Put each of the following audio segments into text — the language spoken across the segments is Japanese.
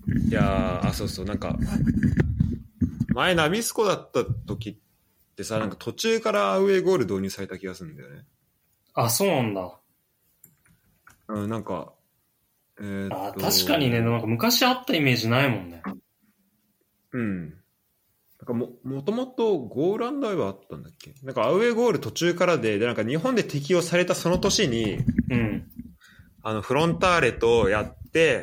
いやー、そうそう、なんか、前ナビスコだった時ってさ、なんか途中からアウェーゴール導入された気がするんだよね。 あ、そうなんだ。 うん、なんか、 あ、確かにね、なんか昔あったイメージないもんね。 うん。なんかもともとゴールアンドアウェーはあったんだっけ。なんかアウェーゴール途中からで、なんか日本で適用されたその年に、 うん。 フロンターレとやって、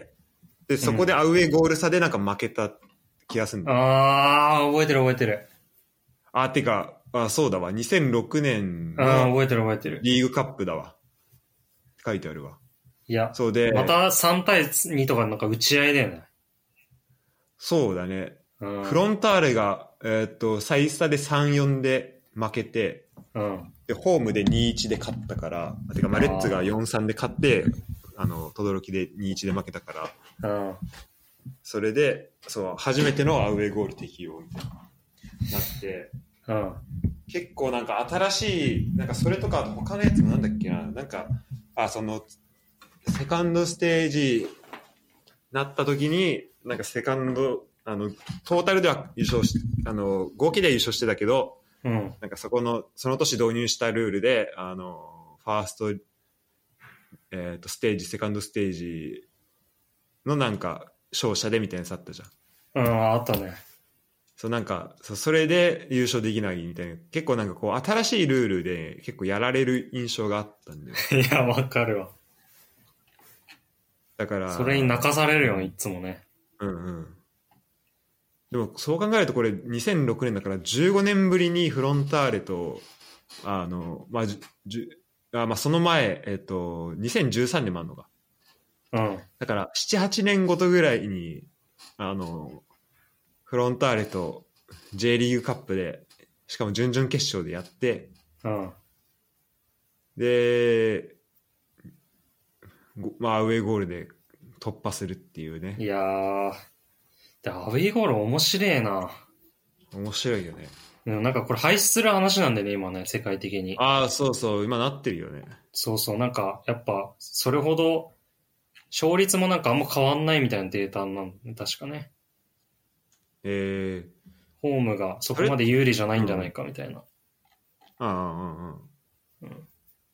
で、そこでうん。 アウェーゴール差でなんか負けた気がするんだよね。 あー、覚えてる覚えてる。 てか、そうだわ。2006年うん、 の覚えてる覚えてる。 リーグカップだわ。書いてあるわ。 いや、 そうで、 また3対2とかなんか打ち合いだよね。 そうだね。 うん。 フロンターレが、サイスタで3-4で負けて、 うん。 で、ホームで2-1で勝ったから、てか、まあ、レッツがあ 4-3で勝って、轟で2-1で負けたから、 ー。うん。 それで、そう、初めてのアウェーゴール適用みたいになって、 うん。 結構なんか新しい、なんかそれとか他のやつもなんだっけな、なんか、セカンドステージなった時に、なんかセカンド、トータルでは優勝し、合計では優勝してたけど、 うん。 なんかその年導入したルールで、ファースト、ステージ、セカンドステージのなんか、勝者でみたいなやつあったじゃん。 うん、あったね。 そうなんかそれで優勝できないみたいな、結構なんかこう新しいルールで結構やられる印象があったんだよ。 いや、わかるわ。 だかそれに泣ら、 かされるよ、いうん、 つもね。 うんうん。でもそう考えるとこれ2006年だから15年ぶりにフロンターレと、まあ、その前、2013年もあるのか。 うん。 だから7、8年ごとぐらいに、フロンターレと J リーグカップで、しかも準々決勝でやって、 うん。 で、まあ、アウェーゴールで突破するっていうね。 いやー、で、アウェイゴール面白えな。 面白いよね。 うん、なんかこれ廃止する話なんでね、今ね、世界的に。 そうそう、今なってるよね。 そうそう、なんか、やっぱ、それほど、勝率もなんかあんま変わんないみたいなデータなんね、確かね。 えホームがそそれ、 こまで有利じゃないんじゃないうん。 かみたいな。 うんうんうんうん。 うん。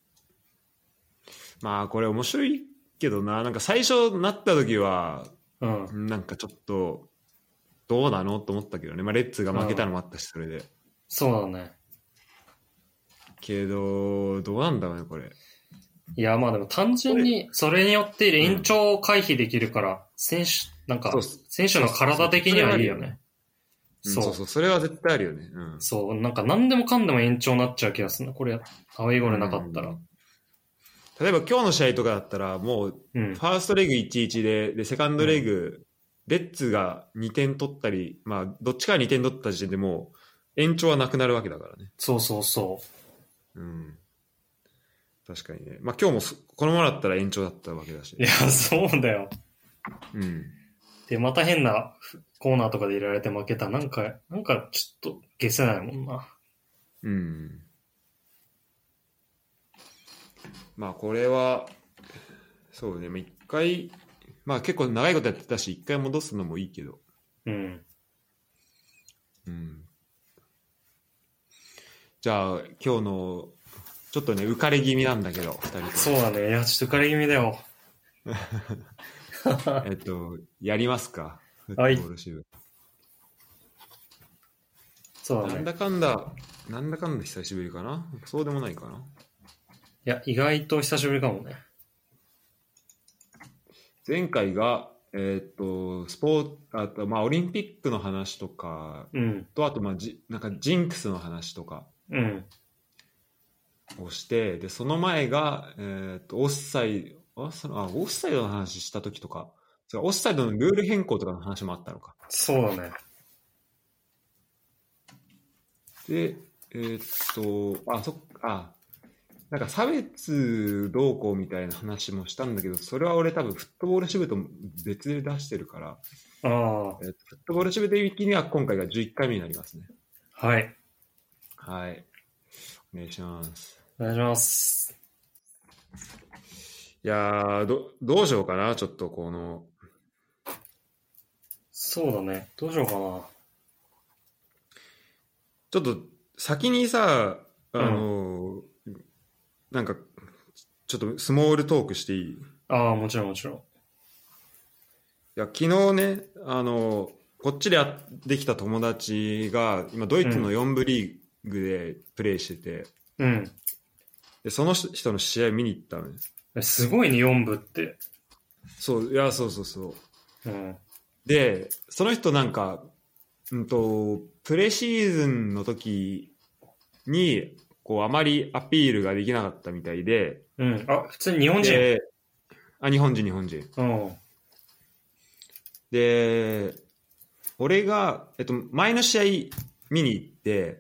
まあ、これ面白いけどな。なんか最初なった時は、 うん。 なんかちょっと、どうなのと思ったけどね。まあ、レッツが負けたうん。 のもあったし、それで。 そうだね。 けど、どうなんだろうね、これ。 いや、まあでも単これ、 純に、それによって延うん。 長を回避できるから、なんか、 そうっす。 選手のそうそうそう。 体的にはそれはあるよね。 いいよね。 うん、そうそそう。それは絶対あるよね。うう。 ん。 そう。なんか何でもかんでも延長になっちゃう気がするな。これ、アウェイゴーうルなかったら。 ん。例えば今日の試合とかだったら、もう、 うん。 ファーストレグ1-1で、セカンドレうん。 グ、レッツが2点取ったり、まあ、どっちかが2点取った時点でもう、延長はなくなるわけだからね。 そうそうそうん。確かにね。まあ今日もこのままだったら延長だったわけだし。 う。いや、そうだよ。 うん。 で、また変なコーナーとかで入れられて負けたら、なんかちょっと消せないもんな。 うん。まあこれは、そうね、まあ一回、まあ結構長いことやってたし、一回戻すのもいいけど。 うん。 うん。じゃあ今日の、ちょっとね、浮かれ気味なんだけど、二人とも。 そうだね。いや、ちょっと浮かれ気味だよ。 やりますか。フッはい。 トボール支部。 そうだね。 なんだかんだ、なんだかんだ久しぶりかな。そうでもないかな。 いや、意外と久しぶりかもね。 前回が、スポーツ、あと、まあ、オリンピックの話とかうん。 と、あと、まあ、なんかジンクスの話とかうん。 をして、で、その前が、オフサイド、オフサイドの話した時とか、そうオフサイドのルール変更とかの話もあったのか。 そうだね。 で、なんか差別どうこうみたいな話もしたんだけど、それは俺多分フットボール支部と別で出してるから、 ああ。 フットボール支部で域には今回が11回目になりますね。 はい。 はい。お願いします。 お願いします。 いやー、どうしようかな、ちょっとこの、 そうだね。どうしようかな。 ちょっと先にさ、なんか、ちょっとスモールトークしていい？いああ、もちろんもちろん。 や、昨日ね、こっちでできた友達が、今ドイツの4部リーグでプレーしてて、 うん。 で、その人の試合見に行ったのね。 すごいね、4部って。 そう、いや、そうそうそう。 うん。 で、その人なんか、プレシーズンの時に、こう、あまりアピールができなかったみたいで、 うん。あ、普通に日本人。 で、日本人、日本人。 うん。 で、俺が、前の試合見に行って、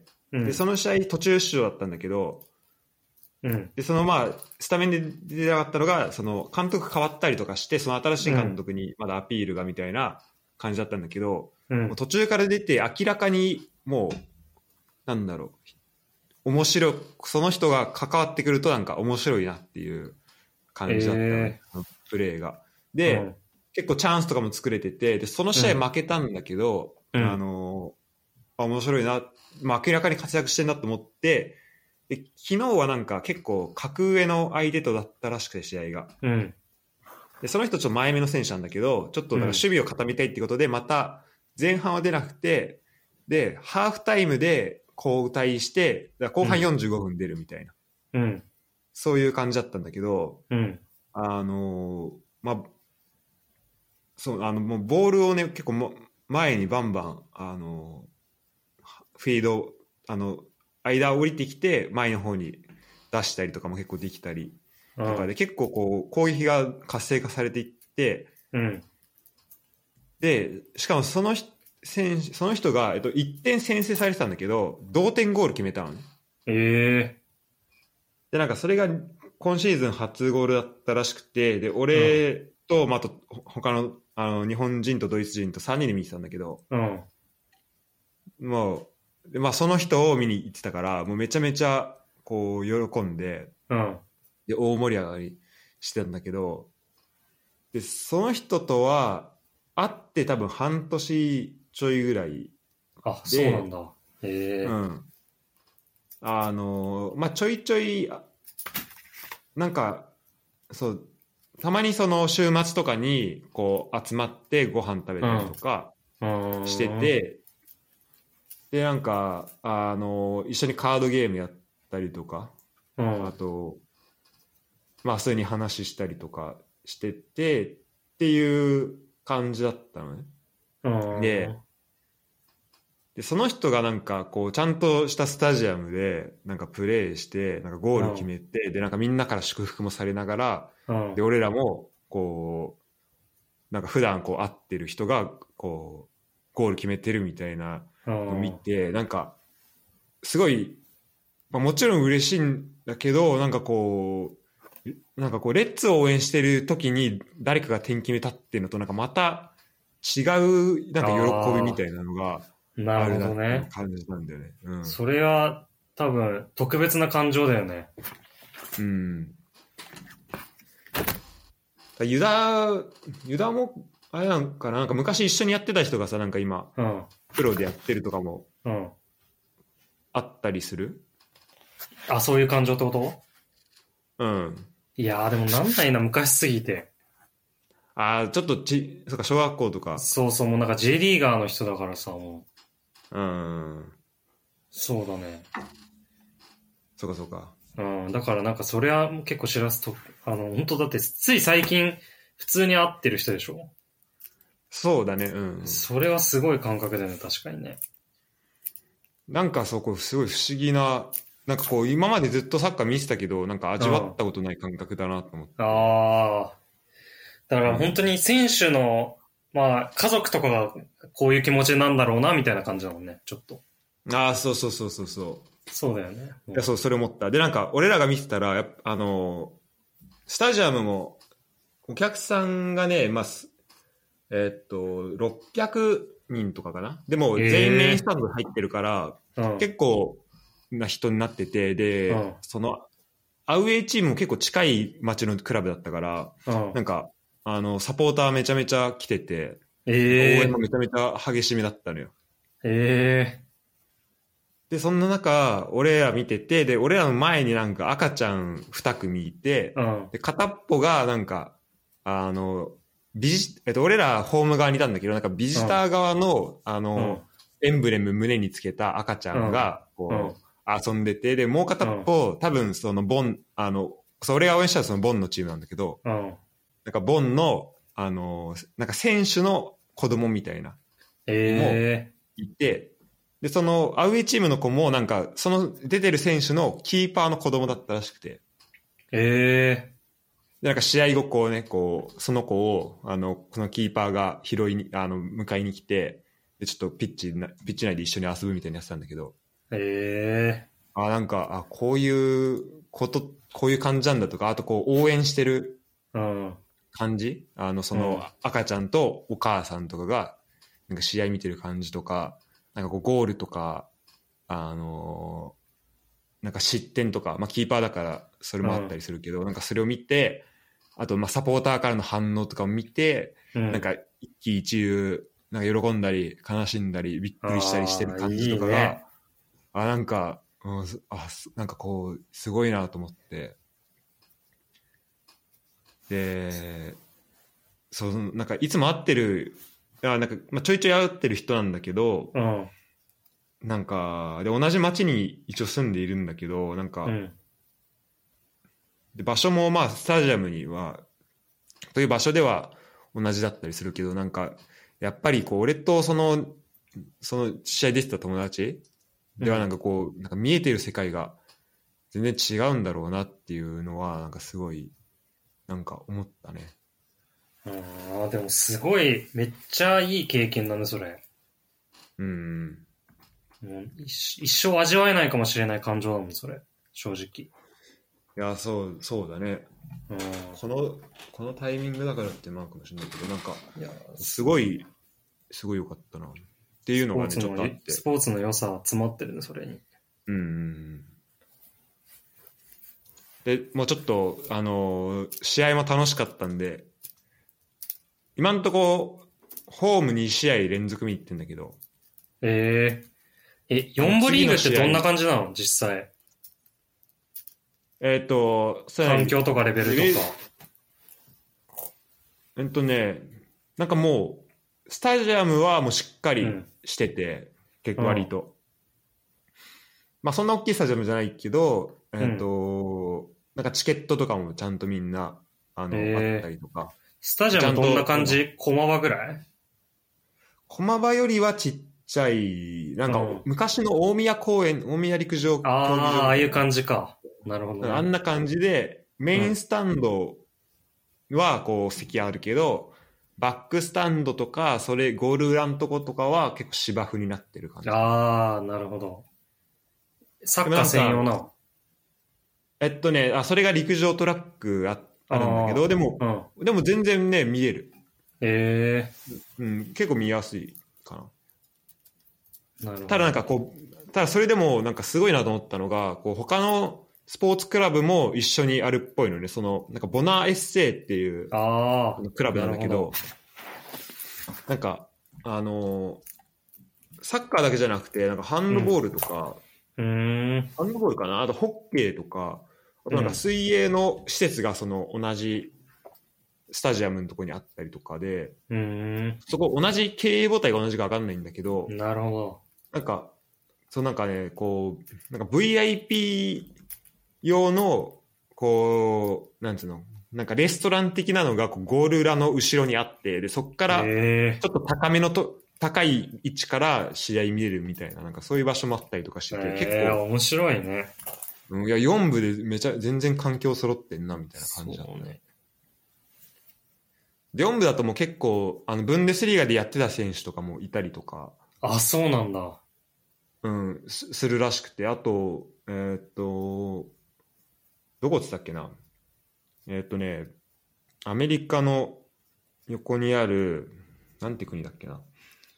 うん。 で、その試合途中出場だったんだけど、 うん。 で、スタメンで出なかったのが、その、監督変わったりとかして、その新しい監督にまだアピールがみたいな感じだったんだけど、 うんもう途中から出て明らかにもう、なんだろう、面白い、その人が関わってくるとなんか面白いなっていう感じだったのね、プレーが。で、 うん結構チャンスとかも作れてて、で、その試合負けたんだけど、 うん面白いな、明らかに活躍してんなと思って、で昨日はなんか結構格上の相手とだったらしくて試合が。 うん。 で、その人ちょっと前目の選手なんだけど、ちょっとなんか守備を固めたいってことで、また前半は出なくて、で、ハーフタイムで交代して、だから後半45分出るみたいな、 うん。 そういう感じだったんだけど、 うん。 まあ、そう、もうボールをね、結構前にバンバン、フィード、間を降りてきて、前の方に出したりとかも結構できたりとかで、結構こう、攻撃が活性化されていって、 うん。 で、しかもその人が、1点先制されてたんだけど、同点ゴール決めたのね。 ええで、なんかそれが今シーズン初ゴールだったらしくて、で、俺と、あと他の、日本人とドイツ人と3人で見てたんだけど、 うん。 もう、でその人を見に行ってたから、もうめちゃめちゃ、こう、喜んで、 うん。 で、大盛り上がりしてたんだけど、で、その人とは、会って多分半年ちょいぐらいあ、 で、 そうなんだ。ええうん。ちょいちょい、なんか、そう、たまにその週末とかに、こう、集まってご飯食べたりとかしてて、で、なんか、一緒にカードゲームやったりとか、あと、まあ、普通に話したりとかしてて、っていう感じだったのね。で、その人がなんか、こう、ちゃんとしたスタジアムで、なんかプレーして、なんかゴール決めて、で、なんかみんなから祝福もされながら、で、俺らも、こう、なんか普段こう会ってる人が、こう、ゴール決めてるみたいなのを見て、なんか、すごい、もちろん嬉しいんだけど、なんかこう、レッツを応援してる時に誰かが点決めたっていうのと、なんかまた違う、なんか喜びみたいなのがあるなっていう感じなんだよね。うん。 それは多分特別な感情だよね。 うん。ユダも、あれなんかな、なんか昔一緒にやってた人がさ、なんか今、プロでやってるとかも、あったりする？ あ、そういう感情ってこと？ うん。 いやーでもなんないな、昔すぎて。 ああ、ちょっとそうか、小学校とか。 そうそう、もうなんか J リーガーの人だからさ、もう。うん。 そうだね。 そうかそうか。 うん、だからなんかそれは結構知らすと、本当だってつい最近普通に会ってる人でしょ？ そうだね、うん。 それはすごい感覚だよね、確かにね。 なんかこうすごい不思議な、なんかこう今までずっとサッカー見てたけど、なんか味わったことない感覚だなと思って。 ああ。だから本当に選手の、まあ家族とかがこういう気持ちなんだろうなみたいな感じだもんね、ちょっと。 ああ、そうそうそうそうそう。 そうだよね。 いや、そう、それ思った。で、なんか俺らが見てたら、スタジアムもお客さんがね、600人とかかな。でも全員メインスタンド入ってるから、結構な人になってて、で、そのアウェイチームも結構近い街のクラブだったから、なんかサポーターめちゃめちゃ来てて、 応え援もめちゃめちゃ激しめだったのよ。 えで、そんな中、俺ら見てて、で、俺らの前になんか赤ちゃん2組いて、で、片っぽがなんか、俺らホーム側にいたんだけど、なんかビジター側の、エンブレム胸につけた赤ちゃんが、こう、遊んでて、で、もう片っぽ、多分そのボン、俺が応援したらそのボンのチームなんだけど、なんかボンの、なんか選手の子供みたいな、もいて、で、そのアウェイチームの子もなんか、その出てる選手のキーパーの子供だったらしくて、で、なんか試合後こうね、こう、その子を、このキーパーが拾いに、迎えに来て、で、ちょっとピッチ内で一緒に遊ぶみたいなやつなんだけど、なんか、こういう感じなんだとか、あとこう応援してる感じ、その赤ちゃんとお母さんとかが、なんか試合見てる感じとか、なんかこうゴールとか、なんか失点とか、まあキーパーだからそれもあったりするけど、なんかそれを見て、あとまあサポーターからの反応とかを見て、なんか一喜一憂、なんか喜んだり悲しんだりびっくりしたりしてる感じとかが、 いいね、 なんか、なんかこうすごいなと思って、で、そうなんかいつも会ってる、なんかまあちょいちょい会ってる人なんだけど、なんかで同じ町に一応住んでいるんだけど、なんか、で場所もまあスタジアムにはという場所では同じだったりするけど、なんかやっぱりこう俺とその試合出てた友達ではなんかこう、なんか見えてる世界が全然違うんだろうなっていうのはなんかすごいなんか思ったね。 でもすごいめっちゃいい経験だねそれ。もう一生味わえないかもしれない感情だもんそれ、正直。 いや、そうだね。このタイミングだからってなんかもしれないけど、なんかすごい良かったなっていうのがねちょっとあって、 スポーツの良さ詰まってるねそれに。 でもうちょっと試合も楽しかったんで、今んとこホーム2試合連続見に行ってんだけど。 4部リーグってどんな感じなの実際。環境とかレベルとか。 なんかもうスタジアムはもうしっかりしてて、結構割と、まあそんな大きいスタジアムじゃないけど、なんかチケットとかもちゃんとみんなあったりとか。 スタジアムどんな感じ？駒場ぐらい？ 駒場よりはちっちゃい、なんか昔の大宮陸上競技場、 ああいう感じか。なるほど、ね、 あんな感じでメインスタンドはこう席あるけど、バックスタンドとかゴール裏のとことかは結構芝生になってる感じ。 なるほど。サッカー専用な。 それが陸上トラックあるんだけど、でも全然ね見える。結構見やすいかな。ただなんかこう、ただそれでもなんかすごいなと思ったのが、こう他のスポーツクラブも一緒にあるっぽいので、なんかボナーエッセイっていうクラブなんだけど、なんかサッカーだけじゃなくて、なんかハンドボールとか、ハンドボールかな、あとホッケーとか、あとなんか水泳の施設が同じスタジアムのところにあったりとかで、そこ同じ経営母体が同じか分かんないんだけど、 なるほど。 なんかね、こう、なんか VIP 用の、こう、なんつうの、なんかレストラン的なのがこうゴール裏の後ろにあって、で、そこからちょっと高い位置から試合見れるみたいな、なんかそういう場所もあったりとかしてて、結構面白いね。 いや、4部で全然環境揃ってんな、みたいな感じだった。そうね。で、4部だともう結構、ブンデスリーガでやってた選手とかもいたりとか。 そうなんだ。 するらしくて、あと、どこっつったっけな。アメリカの横にある、なんて国だっけな。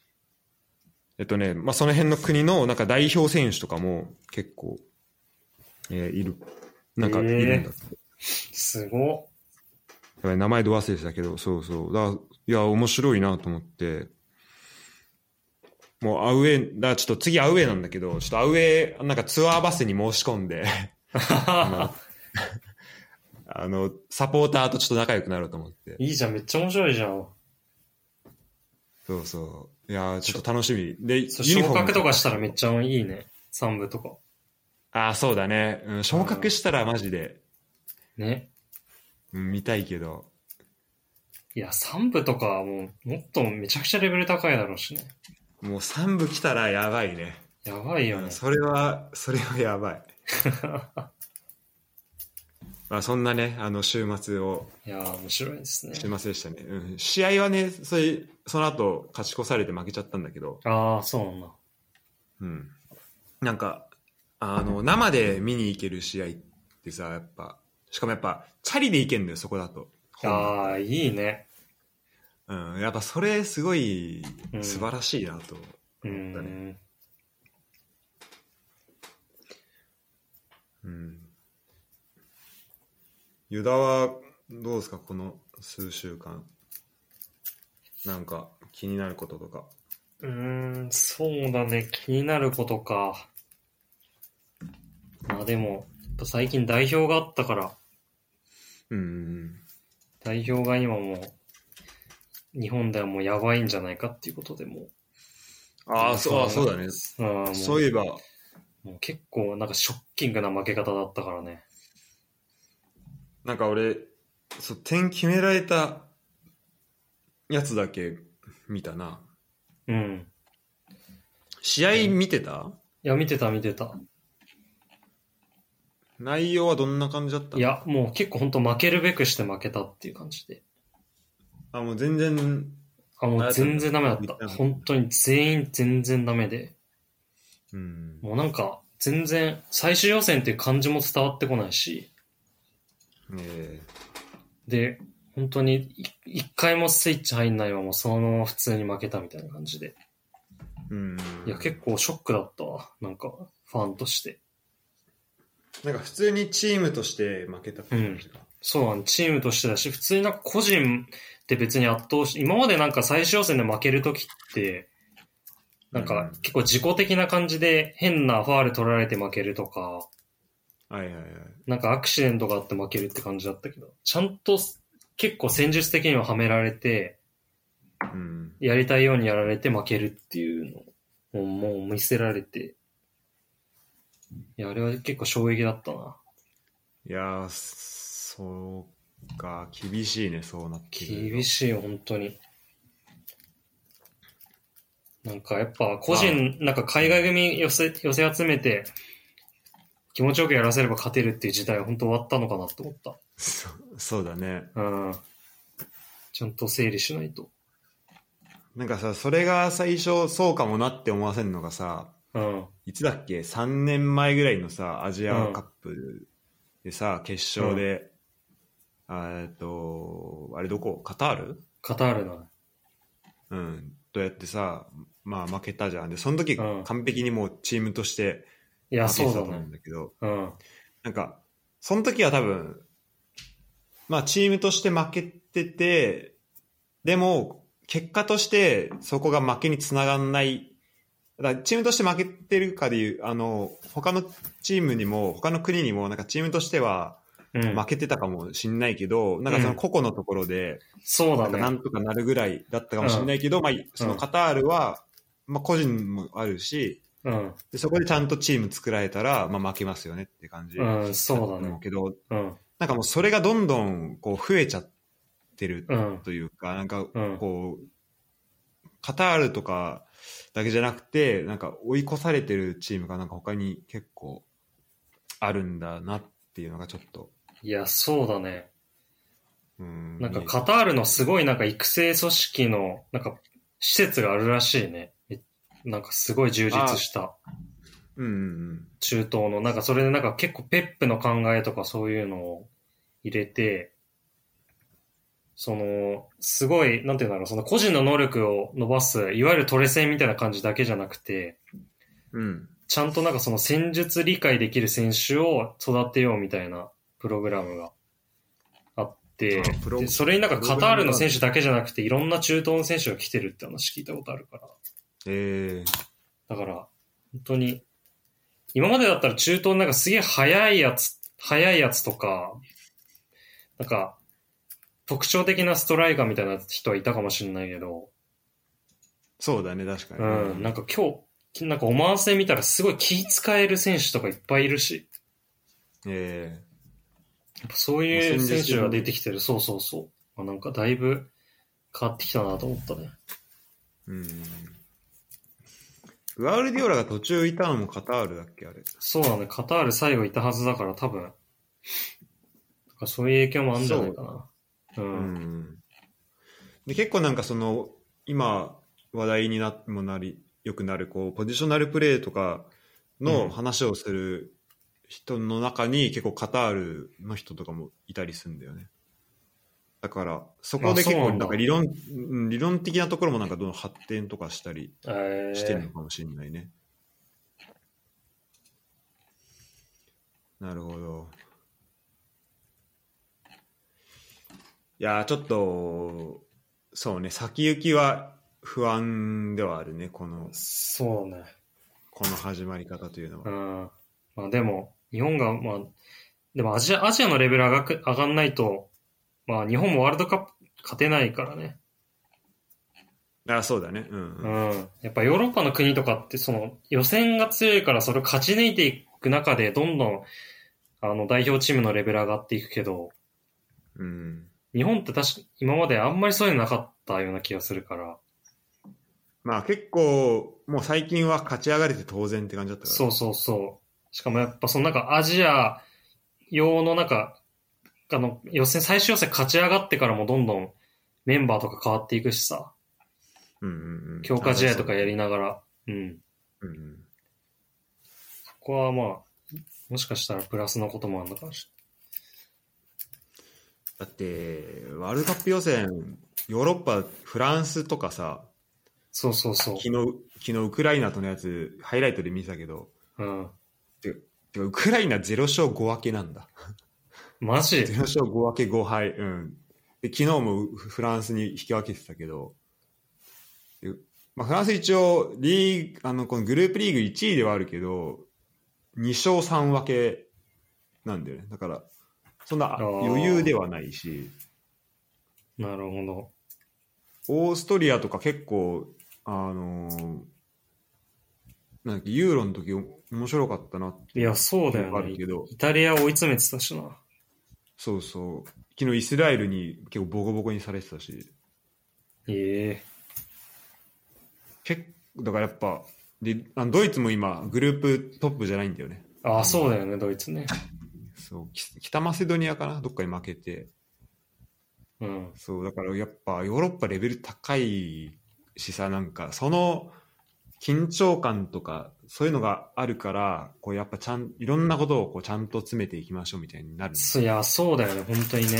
まあ、その辺の国のなんか代表選手とかも結構、いるんだって。 すごっ。 やばい名前ど忘れてたけど、そうそう。いや、面白いなと思って、もうアウェー、ちょっと次アウェーなんだけど、ちょっとアウェー、なんかツアーバスに申し込んで、サポーターとちょっと仲良くなろうと思って。 いいじゃん、めっちゃ面白いじゃん。 そうそう。いやちょっと楽しみ。で、 昇格とかしたらめっちゃいいね。3部とか。 ああ、そうだね。うん、昇格したらマジで。 ね。 うん、見たいけど。 いや、3部とかもっとめちゃくちゃレベル高いだろうしね。 もう3部来たらやばいね。 やばいよね。 それはやばい。まあそんなね、週末を。 いや面白いですね。 週末でしたね。うん。試合はね、その後勝ち越されて負けちゃったんだけど。 ああ、そうなんだ。 うん。なんか、生で見に行ける試合ってさ、やっぱ、しかもやっぱ、チャリで行けんだよ、そこだと。 ああ、いいね。 うん、やっぱそれすごい素晴らしいなと思ったね。うん。ユダはどうですか、この数週間。なんか気になることとか。 そうだね、気になることか。まあでも、やっぱ最近代表があったから、代表が今もう、日本ではもうやばいんじゃないかっていうことでもう。 ああ、そうだね。そういえば。 もう結構なんかショッキングな負け方だったからね。 なんか俺、点決められたやつだけ見たな。 うん。 試合見てた？ いや、見てた。 内容はどんな感じだった？ いや、もう結構本当負けるべくして負けたっていう感じで。 もう全然。 もう全然ダメだった。本当に全員全然ダメで。もうなんか、全然、最終予選っていう感じも伝わってこないし。で、本当に一回もスイッチ入んないままそのまま普通に負けたみたいな感じで。いや、結構ショックだったわ。なんか、ファンとして。 なんか普通にチームとして負けたって感じか。 そうなん、チームとしてだし、普通になんか個人って別に圧倒し、今までなんか最終予選で負けるときって、なんか結構自己的な感じで変なファール取られて負けるとか、なんかアクシデントがあって負けるって感じだったけど、ちゃんと結構戦術的にははめられて、やりたいようにやられて負けるっていうのをもう見せられて、いや、あれは結構衝撃だったな。いやー、そうか、厳しいね、そうなってくると。 厳しいよ、本当に。なんかやっぱ個人、なんか海外組寄せ集めて、気持ちよくやらせれば勝てるっていう時代は本当終わったのかなって思った。 そうだね。 ちゃんと整理しないと。 なんかさ、それが最初そうかもなって思わせるのがさ、いつだっけ ?3 年前ぐらいのさ、アジアカップでさ、決勝で、あれどこ？カタール？ カタールな。 とやってさ、まあ負けたじゃん。で、その時、完璧にもうチームとして負けたと思うんだけど、なんか、その時は多分、まあチームとして負けてて、でも、結果としてそこが負けにつながんない。だからチームとして負けてるかでいう、他のチームにも、他の国にも、なんかチームとしては負けてたかもしんないけど、なんかその個々のところで、 そうだね。 なんとかなるぐらいだったかもしれないけど、まあ、そのカタールは、まあ個人もあるし、でそこでちゃんとチーム作られたら、まあ負けますよねって感じ。 そうだね。 けど、なんかもうそれがどんどんこう増えちゃってるというか、なんかこう、カタールとかだけじゃなくて、なんか追い越されてるチームがなんか他に結構あるんだなっていうのがちょっと。 いや、そうだね。なんかカタールのすごいなんか育成組織のなんか施設があるらしいね。なんかすごい充実した。中東の、なんかそれでなんか結構ペップの考えとかそういうのを入れて、すごい、なんていうんだろう、その個人の能力を伸ばす、いわゆるトレセンみたいな感じだけじゃなくて、ちゃんとなんかその戦術理解できる選手を育てようみたいなプログラムがあっで、それになんかカタールの選手だけじゃなくていろんな中東の選手が来てるって話聞いたことあるから。だから、本当に、今までだったら中東なんかすげえ速いやつとか、なんか、特徴的なストライカーみたいな人はいたかもしれないけど。 そうだね、確かに。 うん、なんか今日、なんかオマーン戦見たらすごい気使える選手とかいっぱいいるし。やっぱそういう選手が出てきてる。そうそうそう。なんかだいぶ変わってきたなと思ったね。 グアルディオラが途中いたのもカタールだっけあれ。 そうだね。カタール最後いたはずだから多分、そういう影響もあるんじゃないかな。 で結構なんかその今話題になりよくなるこうポジショナルプレーとかの話をする人の中に結構カタールの人とかもいたりするんだよね。だからそこで結構なんか理論的なところもなんかどんどん発展とかしたりしてるのかもしれないね。なるほど。いやちょっとそうね、先行きは不安ではあるね、 そうね、 この始まり方というのは。 まあでも日本がでもアジアのレベル上がんないと、まあ日本もワールドカップ勝てないからね。 そうだね。 やっぱヨーロッパの国とかってその予選が強いからそれを勝ち抜いていく中でどんどん代表チームのレベル上がっていくけど、日本って確か今まであんまりそういうのなかったような気がするから。 まあ結構もう最近は勝ち上がれて当然って感じだったから。 そうそうそう。しかもやっぱそのなんかアジア用のなんか最終予選勝ち上がってからもどんどんメンバーとか変わっていくしさ。強化試合とかやりながら。そこはまあ、もしかしたらプラスのこともあるのかもしれない。だって、ワールドカップ予選、ヨーロッパ、フランスとかさ、 そうそうそう。 昨日ウクライナとのやつ、ハイライトで見てたけど、てかウクライナ0勝5分けなんだ。 マジ ?0 勝5分け5敗。で昨日もフランスに引き分けてたけど、フランス一応このグループリーグ1位ではあるけど2勝3分けなんだよね。だからそんな余裕ではないし。 なるほど。 オーストリアとか結構なんだっけユーロの時面白かったなって。 いやそうだよね。イタリア追い詰めてたしな。 そうそう。昨日イスラエルに結構ボコボコにされてたし。だからやっぱでドイツも今グループトップじゃないんだよね。 そうだよね、ドイツね。 そう北マセドニアかな、どっかに負けて。そうだからやっぱヨーロッパレベル高いしさ、なんかその緊張感とかそういうのがあるからこうやっぱいろんなことをこうちゃんと詰めていきましょうみたいになる。 いやそうだよね、本当にね。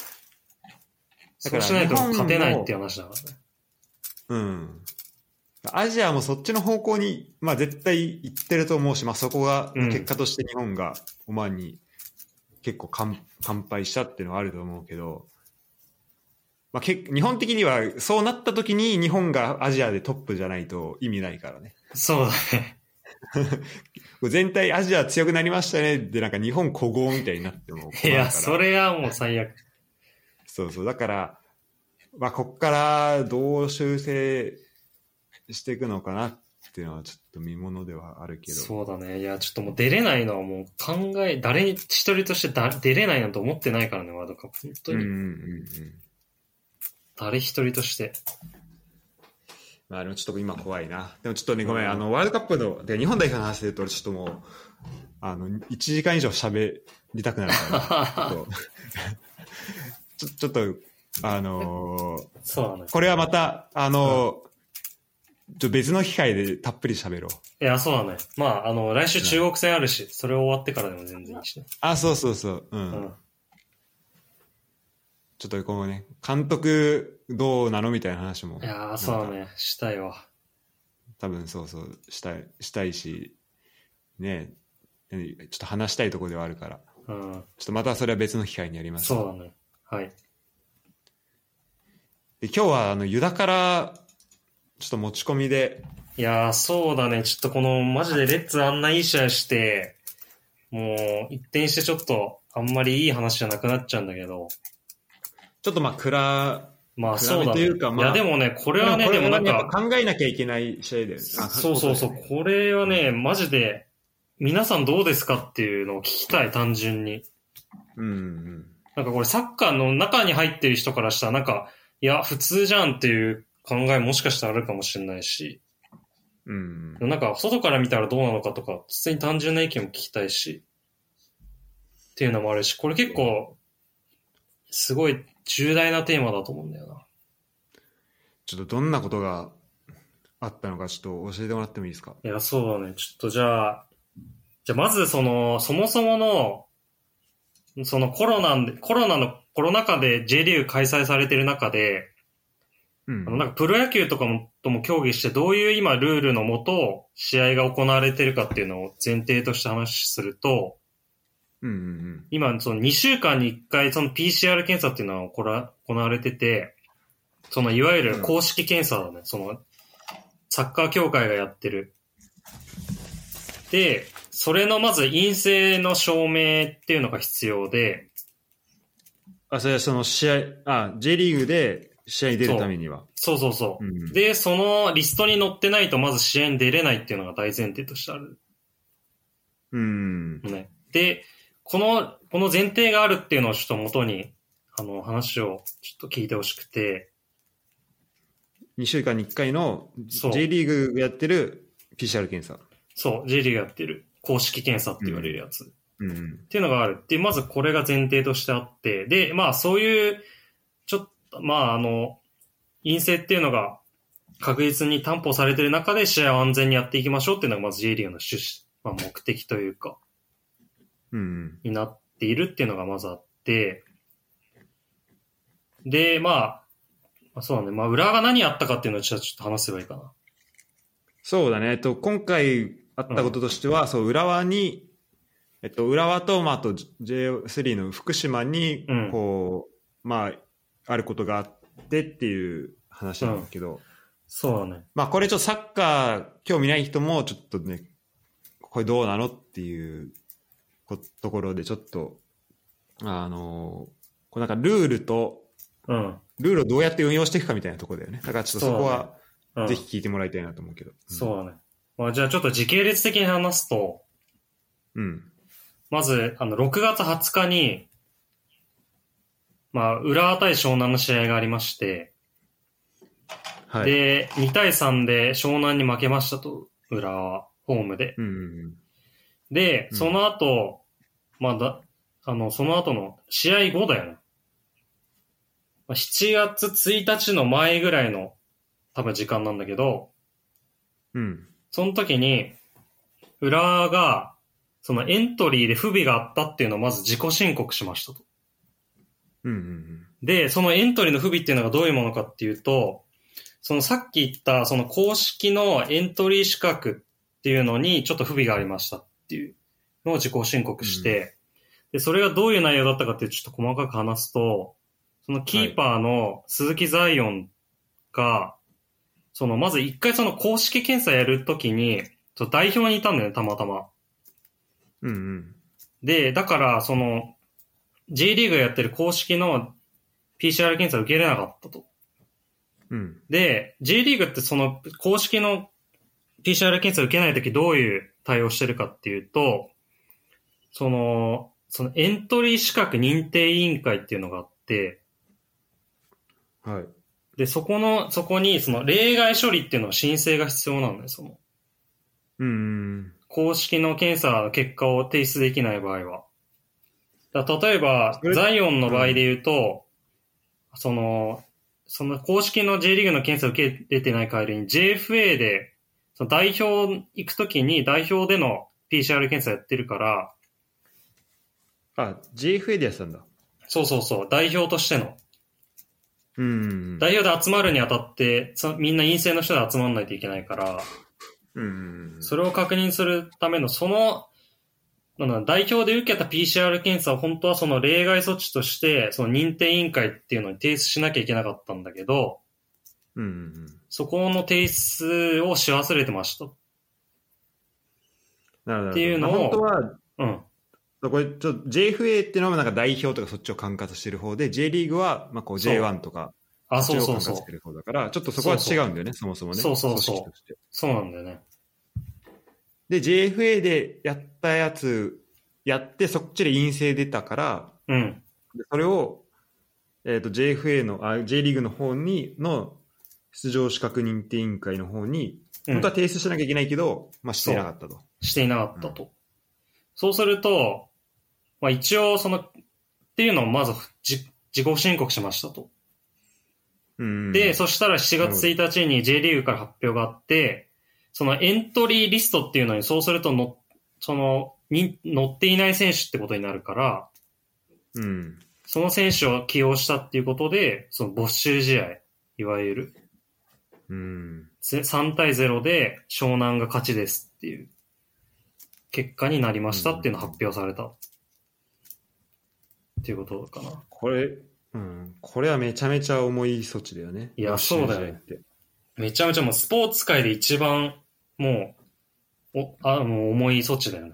そうしないと勝てないっていう話だからね。 アジアもそっちの方向に、絶対行ってると思うし、そこが結果として日本がオマーンに結構完敗したっていうのはあると思うけど、日本的にはそうなった時に日本がアジアでトップじゃないと意味ないからね。 そうだね。 全体アジア強くなりましたねでなんか日本古豪みたいになってもいやそれはもう最悪。 そうだから、こっからどう修正していくのかなっていうのはちょっと見ものではあるけど。 そうだね。いやちょっともう出れないのはもう誰一人として出れないなんて思ってないからね、ワールドカップ本当に。誰一人として。 でもちょっと今怖いな。でもちょっとね、ごめん、ワールドカップで日本代表の話で言うとちょっともう1時間以上喋りたくなるからちょっとそうだね。 これはまた別の機会でたっぷり喋ろう。 いやそうだね。来週中国戦あるし、それ終わってからでも全然いいしね。 そう。ちょっとこのね、監督どうなのみたいな話も。 いやそうだね、したいわ。 多分そうしたいし、ね、ちょっと話したいところではあるから。ちょっとまたそれは別の機会にやります。 そうだね。 はい。 で今日はユダからちょっと持ち込みで。 いやー、そうだね。ちょっとこの、マジでレッツあんないい試合して、もう、一転してちょっと、あんまりいい話じゃなくなっちゃうんだけど。 ちょっとまあそうだね。 というか、 いやでもね、これはね、でもなんか。 考えなきゃいけない試合だよね。 そうそうそう。これはね、マジで、皆さんどうですかっていうのを聞きたい、単純に。なんかこれサッカーの中に入ってる人からしたら、なんか、いや、普通じゃんっていう考えもしかしたらあるかもしれないし。なんか、外から見たらどうなのかとか、普通に単純な意見も聞きたいし。っていうのもあるし、これ結構、すごい重大なテーマだと思うんだよな。 ちょっとどんなことがあったのかちょっと教えてもらってもいいですか？ いや、そうだね。ちょっとじゃあまずそもそもの、そのコロナ禍で J リーグ開催されてる中で、なんかプロ野球とかとも協議してどういう今ルールのもと試合が行われてるかっていうのを前提として話すると、今その2週間に1回その PCR 検査っていうのは行われてて、そのいわゆる公式検査だね、そのサッカー協会がやってる。で、それのまず陰性の証明っていうのが必要で、 それはその試合、J リーグで試合に出るためには。 そう。で、そのリストに載ってないとまず試合に出れないっていうのが大前提としてある。ね。で、この前提があるっていうのをちょっと元に、話をちょっと聞いてほしくて。 2週間に1回の J リーグがやってる PCR 検査。 そう、J リーグやってる公式検査って言われるやつ。っていうのがある。で、まずこれが前提としてあって、で、まあそういう、ちょっと、陰性っていうのが確実に担保されている中で試合を安全にやっていきましょうっていうのがまず J リーグの趣旨、目的というか、になっているっていうのがまずあって、で、そうだね。裏が何やったかっていうのをちょっと話せばいいかな。 そうだね。今回あったこととしては、そう、浦和に、浦和と、あと J3 の福島に、あることがあってっていう話なんだけど、 そうだね。 これちょっとサッカー興味ない人もちょっとね、これどうなのっていうところでちょっと、なんかルールをどうやって運用していくかみたいなところだよね。だからちょっとそこは、ぜひ聞いてもらいたいなと思うけど。 そうだね。じゃあちょっと時系列的に話すと、まず、6月20日に、浦和対湘南の試合がありまして、で、2対3で湘南に負けましたと、浦和は、ホームで。で、その後、その後の試合後だよね。7月1日の前ぐらいの多分時間なんだけど、その時に、浦和が、そのエントリーで不備があったっていうのをまず自己申告しましたと。で、そのエントリーの不備っていうのがどういうものかっていうと、そのさっき言ったその公式のエントリー資格っていうのにちょっと不備がありましたっていうのを自己申告して、で、それがどういう内容だったかっていうちょっと細かく話すと、そのキーパーの鈴木ザイオンが、まず一回その公式検査やるときに、代表にいたんだよね、たまたま。で、だから、J リーグがやってる公式の PCR 検査を受けれなかったと。で、J リーグってその公式の PCR 検査を受けないときどういう対応してるかっていうと、そのエントリー資格認定委員会っていうのがあって、で、そこにその例外処理っていうのは申請が必要なんだよ、公式の検査の結果を提出できない場合は。例えば、ザイオンの場合で言うと、その公式の J リーグの検査を受けれてない代わりに JFA で、その代表行くときに代表での PCR 検査やってるから。 JFA でやってたんだ。 そう、代表としての。代表で集まるにあたって、みんな陰性の人で集まらないといけないから、それを確認するための、 代表で受けた PCR 検査を本当はその例外措置として、その認定委員会っていうのに提出しなきゃいけなかったんだけど、 うんうんうん。 そこの提出をし忘れてました。っなるほど。 ていうのを、 本当は、 うん。 これちょっと JFA っていうのはなんか代表とかそっちを管轄してる方で、J リーグはまあこう J1 とか、 あ、 そっちそうそうそう。 を管轄してる方だから、ちょっとそこは違うんだよね、そもそもね。 そうそうそう組織として。 そうなんだよね。 で、JFA でやったやつ、やって、そっちで陰性出たから、 うん。 でそれを、JFA の、J リーグの方の出場資格認定委員会の方に、本当は提出しなきゃいけないけど、まあしていなかったと。 していなかったと。そうすると、まあ一応っていうのをまず自己申告しましたと。で、そしたら7月1日に J リーグから発表があって、そのエントリーリストっていうのにそうすると載っていない選手ってことになるから、その選手を起用したっていうことで、その没収試合、いわゆる、3対0で湘南が勝ちですっていう結果になりましたっていうのを発表された。っていうことかな。 これはめちゃめちゃ重い措置だよね。 いや、そうだよね。めちゃめちゃもうスポーツ界で一番もう重い措置だよね。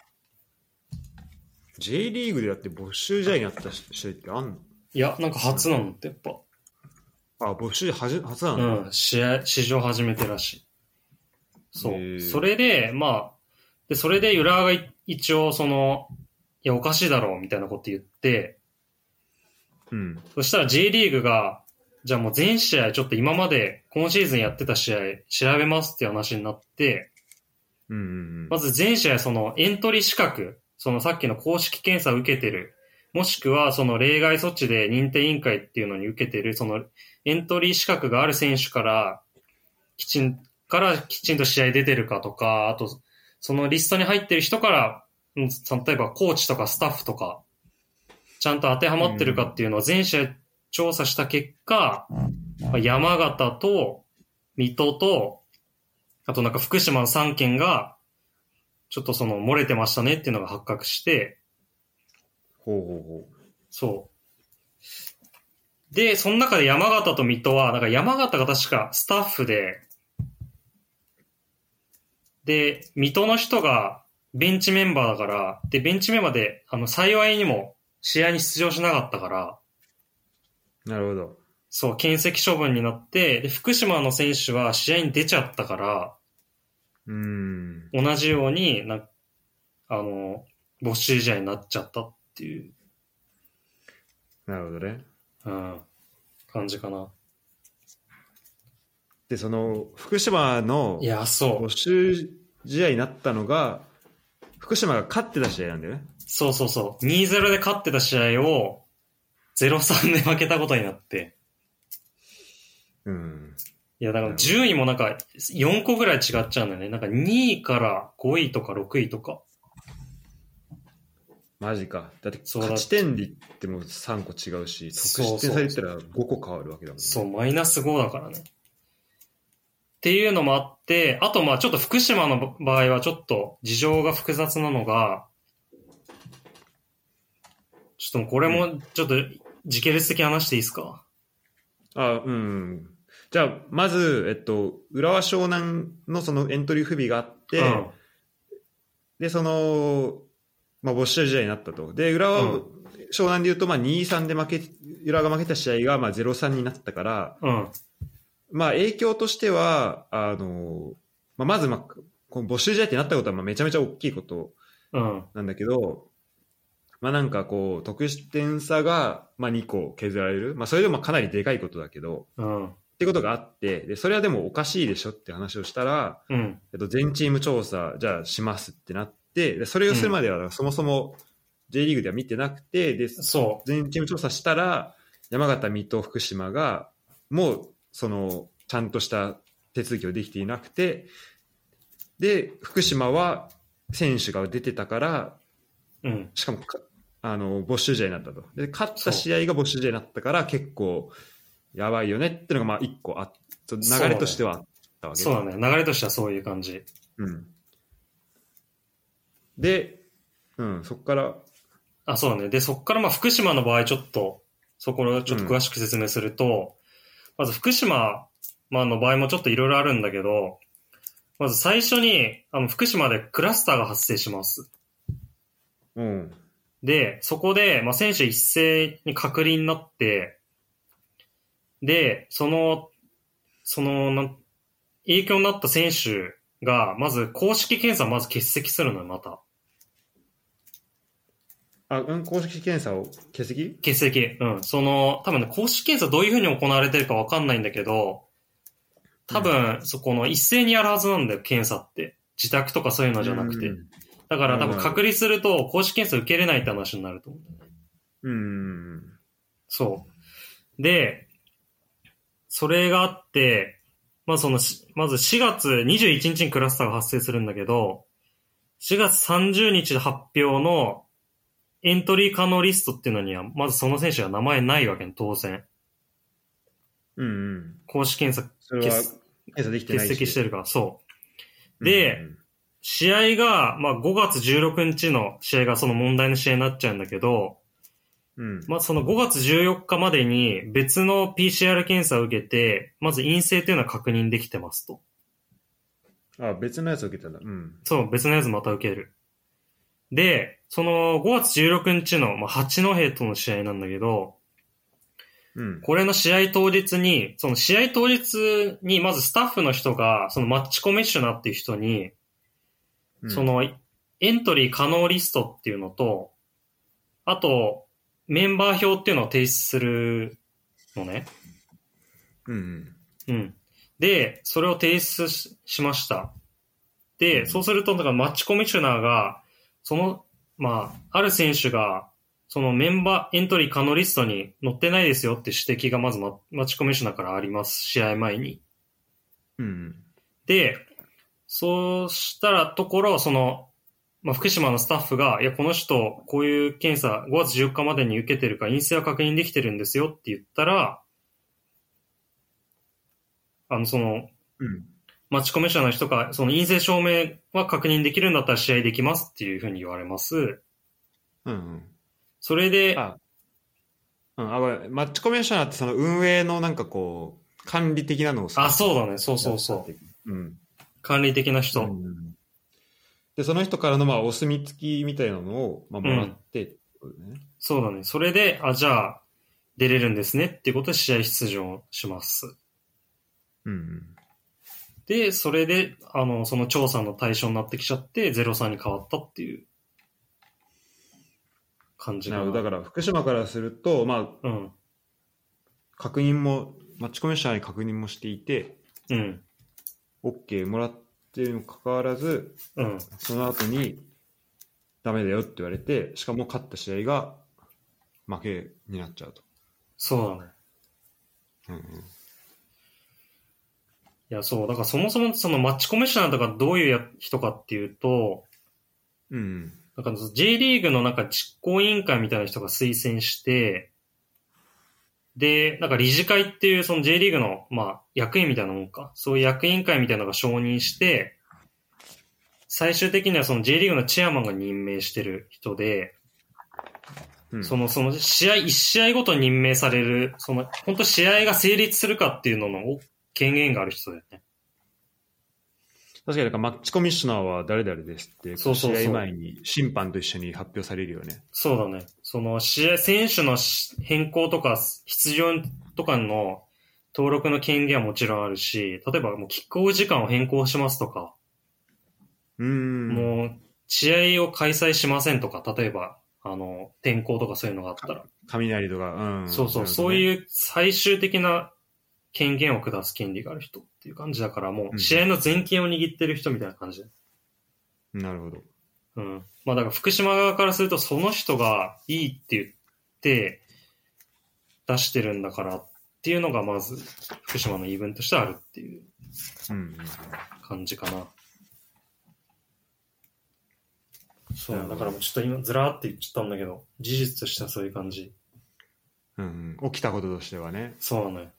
J リーグでだって没収試合になった試合ってあんの？ いや、なんか初なのってやっぱ。 没収初なの？ 史上初めてらしい。そう。それで、それで浦和が一応いや、おかしいだろうみたいなこと言って、そしたら J リーグが、じゃあもう全試合ちょっと今まで今シーズンやってた試合調べますっていう話になって、まず全試合エントリー資格、さっきの公式検査を受けてる、もしくは例外措置で認定委員会っていうのに受けてる、エントリー資格がある選手からきちんと試合出てるかとか、あとそのリストに入ってる人から、例えばコーチとかスタッフとか、ちゃんと当てはまってるかっていうのを全試合調査した結果、山形と水戸と、あとなんか福島の3県が、ちょっと漏れてましたねっていうのが発覚して、そう。で、その中で山形と水戸は、なんか山形が確かスタッフで、で、水戸の人がベンチメンバーだから、で、ベンチメンバーで、幸いにも試合に出場しなかったから、 なるほど。 そう、検責処分になって、で、福島の選手は試合に出ちゃったから、同じように没収試合になっちゃったっていう。 なるほどね。 感じかな。 で、福島の没収試合になったのが、福島が勝ってた試合なんだよね。 そう。2-0で勝ってた試合を、0-3で負けたことになって。いや、だから順位もなんか4個ぐらい違っちゃうんだよね。なんか2位から5位とか6位とか。 マジか。だって勝ち点で言っても3個違うし、得失点差で言ったら5個変わるわけだもんね。 そう、マイナス5だからね。っていうのもあって、あとちょっと福島の場合はちょっと事情が複雑なのが、ちょっとこれもちょっと時系列的に話していいですか？ じゃあ、まず、浦和湘南のエントリー不備があって、で、没収試合になったと。で、浦和、湘南で言うと、2-3で浦和が負けた試合が0-3になったから、影響としては、まず、この没収試合ってなったことはめちゃめちゃ大きいことなんだけど、なんか得失点差が2個削られる。それでもかなりでかいことだけど、ってことがあって、で、それはでもおかしいでしょって話をしたら、全チーム調査、じゃあしますってなって、で、それをするまではそもそも J リーグでは見てなくて、で、全チーム調査したら、山形、水戸、福島が、もう、ちゃんとした手続きをできていなくて、で、福島は選手が出てたから、しかも没収試合になったと。で、勝った試合が没収試合になったから、結構、やばいよねっていうのが一個流れとしてはあったわけ。 そうだね。流れとしてはそういう感じ。 で、 うん、そっから、 あ、そうだね。で、そこからまあ福島の場合ちょっと、そこをちょっと詳しく説明すると、まず福島、まあ、の場合もちょっといろいろあるんだけど、まず最初に、福島でクラスターが発生します。 うん。 で、そこで、まあ、選手一斉に隔離になって、で、影響になった選手が、まず公式検査をまず欠席するのよ、また。 あ、うん、公式検査を欠席？ 欠席。うん。多分ね、公式検査どういう風に行われてるかわかんないんだけど、多分、そこの一斉にやるはずなんだよ、検査って。自宅とかそういうのじゃなくて。だから多分隔離すると公式検査受けれないって話になると思うんだよね。そう。で、それがあって、まず4月21日にクラスターが発生するんだけど、4月30日で発表のエントリー可能リストっていうのには、まずその選手は名前ないわけね、当然。公式検査それは検査できてないし欠席してるから、そう。で、試合が、まあ5月16日の試合がその問題の試合になっちゃうんだけど、まあその5月14日までに別の PCR 検査を受けて、まず陰性というのは確認できてますと。 あ、別のやつを受けたんだ。 そう、別のやつまた受ける。で、その5月16日の、まあ、八戸との試合なんだけど、これの試合当日に、その試合当日にまずスタッフの人が、そのマッチコミッショナーっていう人に、そのエントリー可能リストっていうのと、あとメンバー表っていうのを提出するのね。で、それを提出しました。で、そうすると、だからマッチコミッショナーが、まあ、ある選手が、そのエントリー可能リストに載ってないですよって指摘がまずマッチコミッショナーからあります、試合前に。で、そうしたらところ、まあ、福島のスタッフが、いや、この人、こういう検査、5月14日までに受けてるから陰性は確認できてるんですよって言ったら、マッチコミッショナーの人が、その陰性証明は確認できるんだったら試合できますっていうふうに言われます。それで、 ごめん、マッチコミッショナーってその運営のなんかこう、管理的なのをそうだね、そう。管理的な人。 で、その人からのまあお墨付きみたいなのを、まあ、もらって、 そうだね。それで、じゃあ、出れるんですねっていうことで試合出場します。で、それで、その調査の対象になってきちゃって、03に変わったっていう感じかな。 なるほど。だから、福島からすると、まあ、確認も、マッチコミッショナーに確認もしていて、OK もらっているにもかかわらず、その後に、ダメだよって言われて、しかも勝った試合が負けになっちゃうと。 そうだね。いや、そう。だからそもそもそのマッチコミッショナーとかどういう人かっていうと、なんか J リーグのなんか実行委員会みたいな人が推薦して、で、なんか理事会っていうその J リーグの、まあ、役員みたいなもんか。そういう役員会みたいなのが承認して、最終的にはその J リーグのチェアマンが任命してる人で、その試合、一試合ごとに任命される、本当試合が成立するかっていうのの権限がある人だよね。 確かになんかマッチコミッショナーは誰々ですって、試合前に審判と一緒に発表されるよね。 そうだね。選手の変更とか出場とかの登録の権限はもちろんあるし、例えばもうキックオフ時間を変更しますとか、もう試合を開催しませんとか、例えば天候とかそういうのがあったら。 雷とか、 そういう最終的な権限を下す権利がある人っていう感じだから、もう試合の全権を握ってる人みたいな感じ。 なるほど。 まあだから福島側からするとその人がいいって言って出してるんだからっていうのがまず福島の言い分としてあるっていう感じかな。そうだからもうちょっと今ずらーって言っちゃったんだけど、事実としてはそういう感じ。 起きたこととしてはね。 そうなのよ。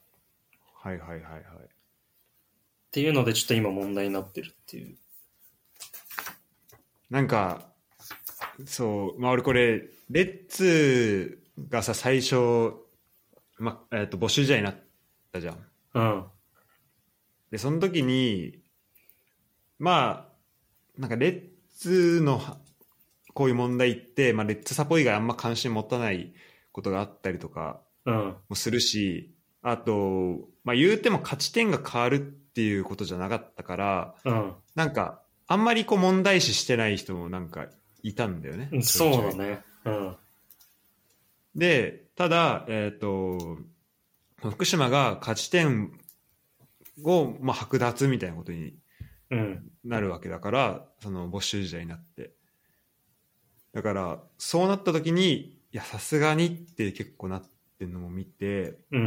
っていうのでちょっと今問題になってるっていう。 なんかそう、まあ俺これ、レッツがさ、最初、募集試合になったじゃん。 うん。 で、その時に、まあ、なんかレッツのこういう問題って、まあレッツサポ以外あんま関心持たないことがあったりとかうん。 もするし、あと、まあ言うても勝ち点が変わるっていうことじゃなかったから、 うん。 なんか、あんまりこう問題視してない人もなんかいたんだよね。 そうだね。うん。 で、ただ、福島が勝ち点を、まあ、剥奪みたいなことになるわけだから、その没収時代になって。だから、そうなった時に、いや、さすがにって結構なってるのも見て、 うん。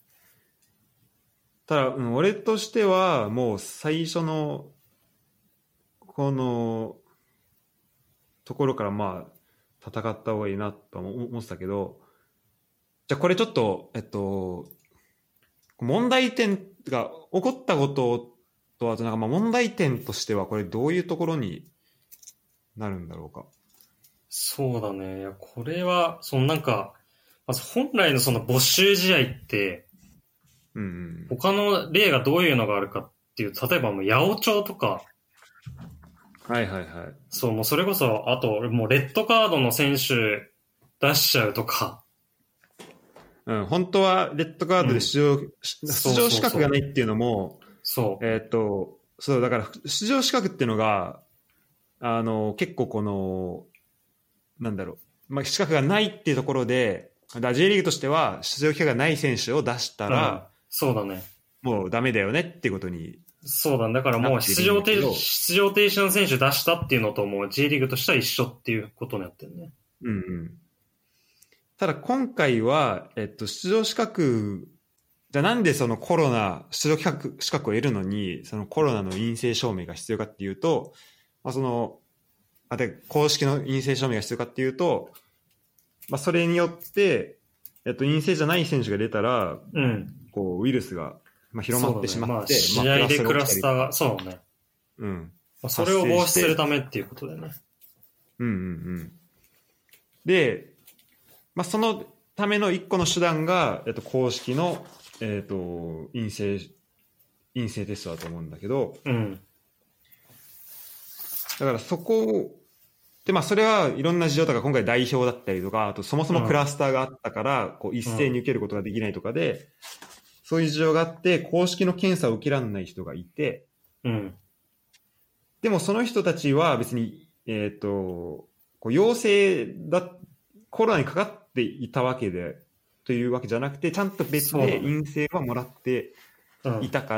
ただ、俺としては、もう最初の、この、ところからまあ、戦った方がいいなと思ってたけど、じゃあこれちょっと、問題点が起こったことと、あとなんかまあ問題点としてはこれどういうところになるんだろうか。 そうだね。いや、これは、なんか、まず本来のその没収試合って、 うんうん、 他の例がどういうのがあるかっていう、例えばもう八百長とか、 はいはいはい。 そう、もうそれこそ、あと、もうレッドカードの選手出しちゃうとか。 うん、本当はレッドカードで出場資格がないっていうのも、 そう。 そう、だから出場資格っていうのが、結構この、なんだろう、まあ、資格がないっていうところで、J リーグとしては出場機会がない選手を出したら、 そうだね。 もうダメだよねっていうことに。 そうだね。だからもう出場停止の選手出したっていうのともう J リーグとしては一緒っていうことになってるね。 うんうん。ただ今回は、出場資格、じゃあなんでそのコロナ、出場資格を得るのに、そのコロナの陰性証明が必要かっていうと、まあ、公式の陰性証明が必要かっていうと、まあ、それによって、陰性じゃない選手が出たら、 うん、 こうウイルスが、まあ、広まってしまって、 試合でクラスターが、そうね。 うん。 まあ、それを防止するためっていうことだよね。 うんうんうん。で、まあ、そのための一個の手段が、公式の、陰性テストだと思うんだけど、 うん。 だからそこで、まあ、それはいろんな事情とか、今回代表だったりとか、あとそもそもクラスターがあったから、こう一斉に受けることができないとかで、そういう事情があって、公式の検査を受けられない人がいて、 うん。 でもその人たちは別に、こう陽性コロナにかかっていたわけで、というわけじゃなくて、ちゃんと別で陰性はもらっていたから、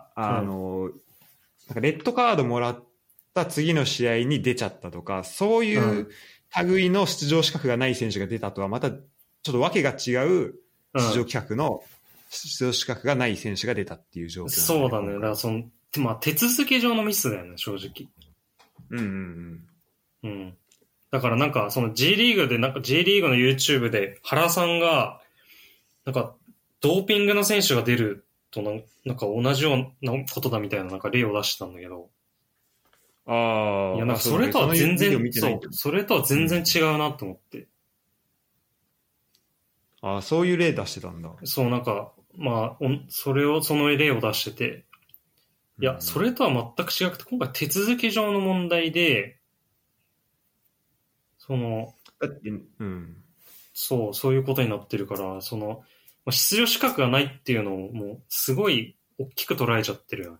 なんかレッドカードもらった次の試合に出ちゃったとか、そういう類の出場資格がない選手が出たとは、またちょっとわけが違う出場資格がない選手が出たっていう状況、 そうだね。だからまあ、手続き上のミスだよね、正直。 うんうんうん。うん。だからなんか、J リーグで、なんか J リーグの YouTube で原さんが、なんか、ドーピングの選手が出るとなんか同じようなことだみたいななんか例を出してたんだけど。 ああ。 いや、なんかそれとは全然、それとは全然違うなと思って。 ああ、そういう例出してたんだ。 そう、なんか、まあ、その例を出してて、いや、それとは全く違くて、今回手続き上の問題で、そういうことになってるから、出場資格がないっていうのをもう、すごい大きく捉えちゃってるよ。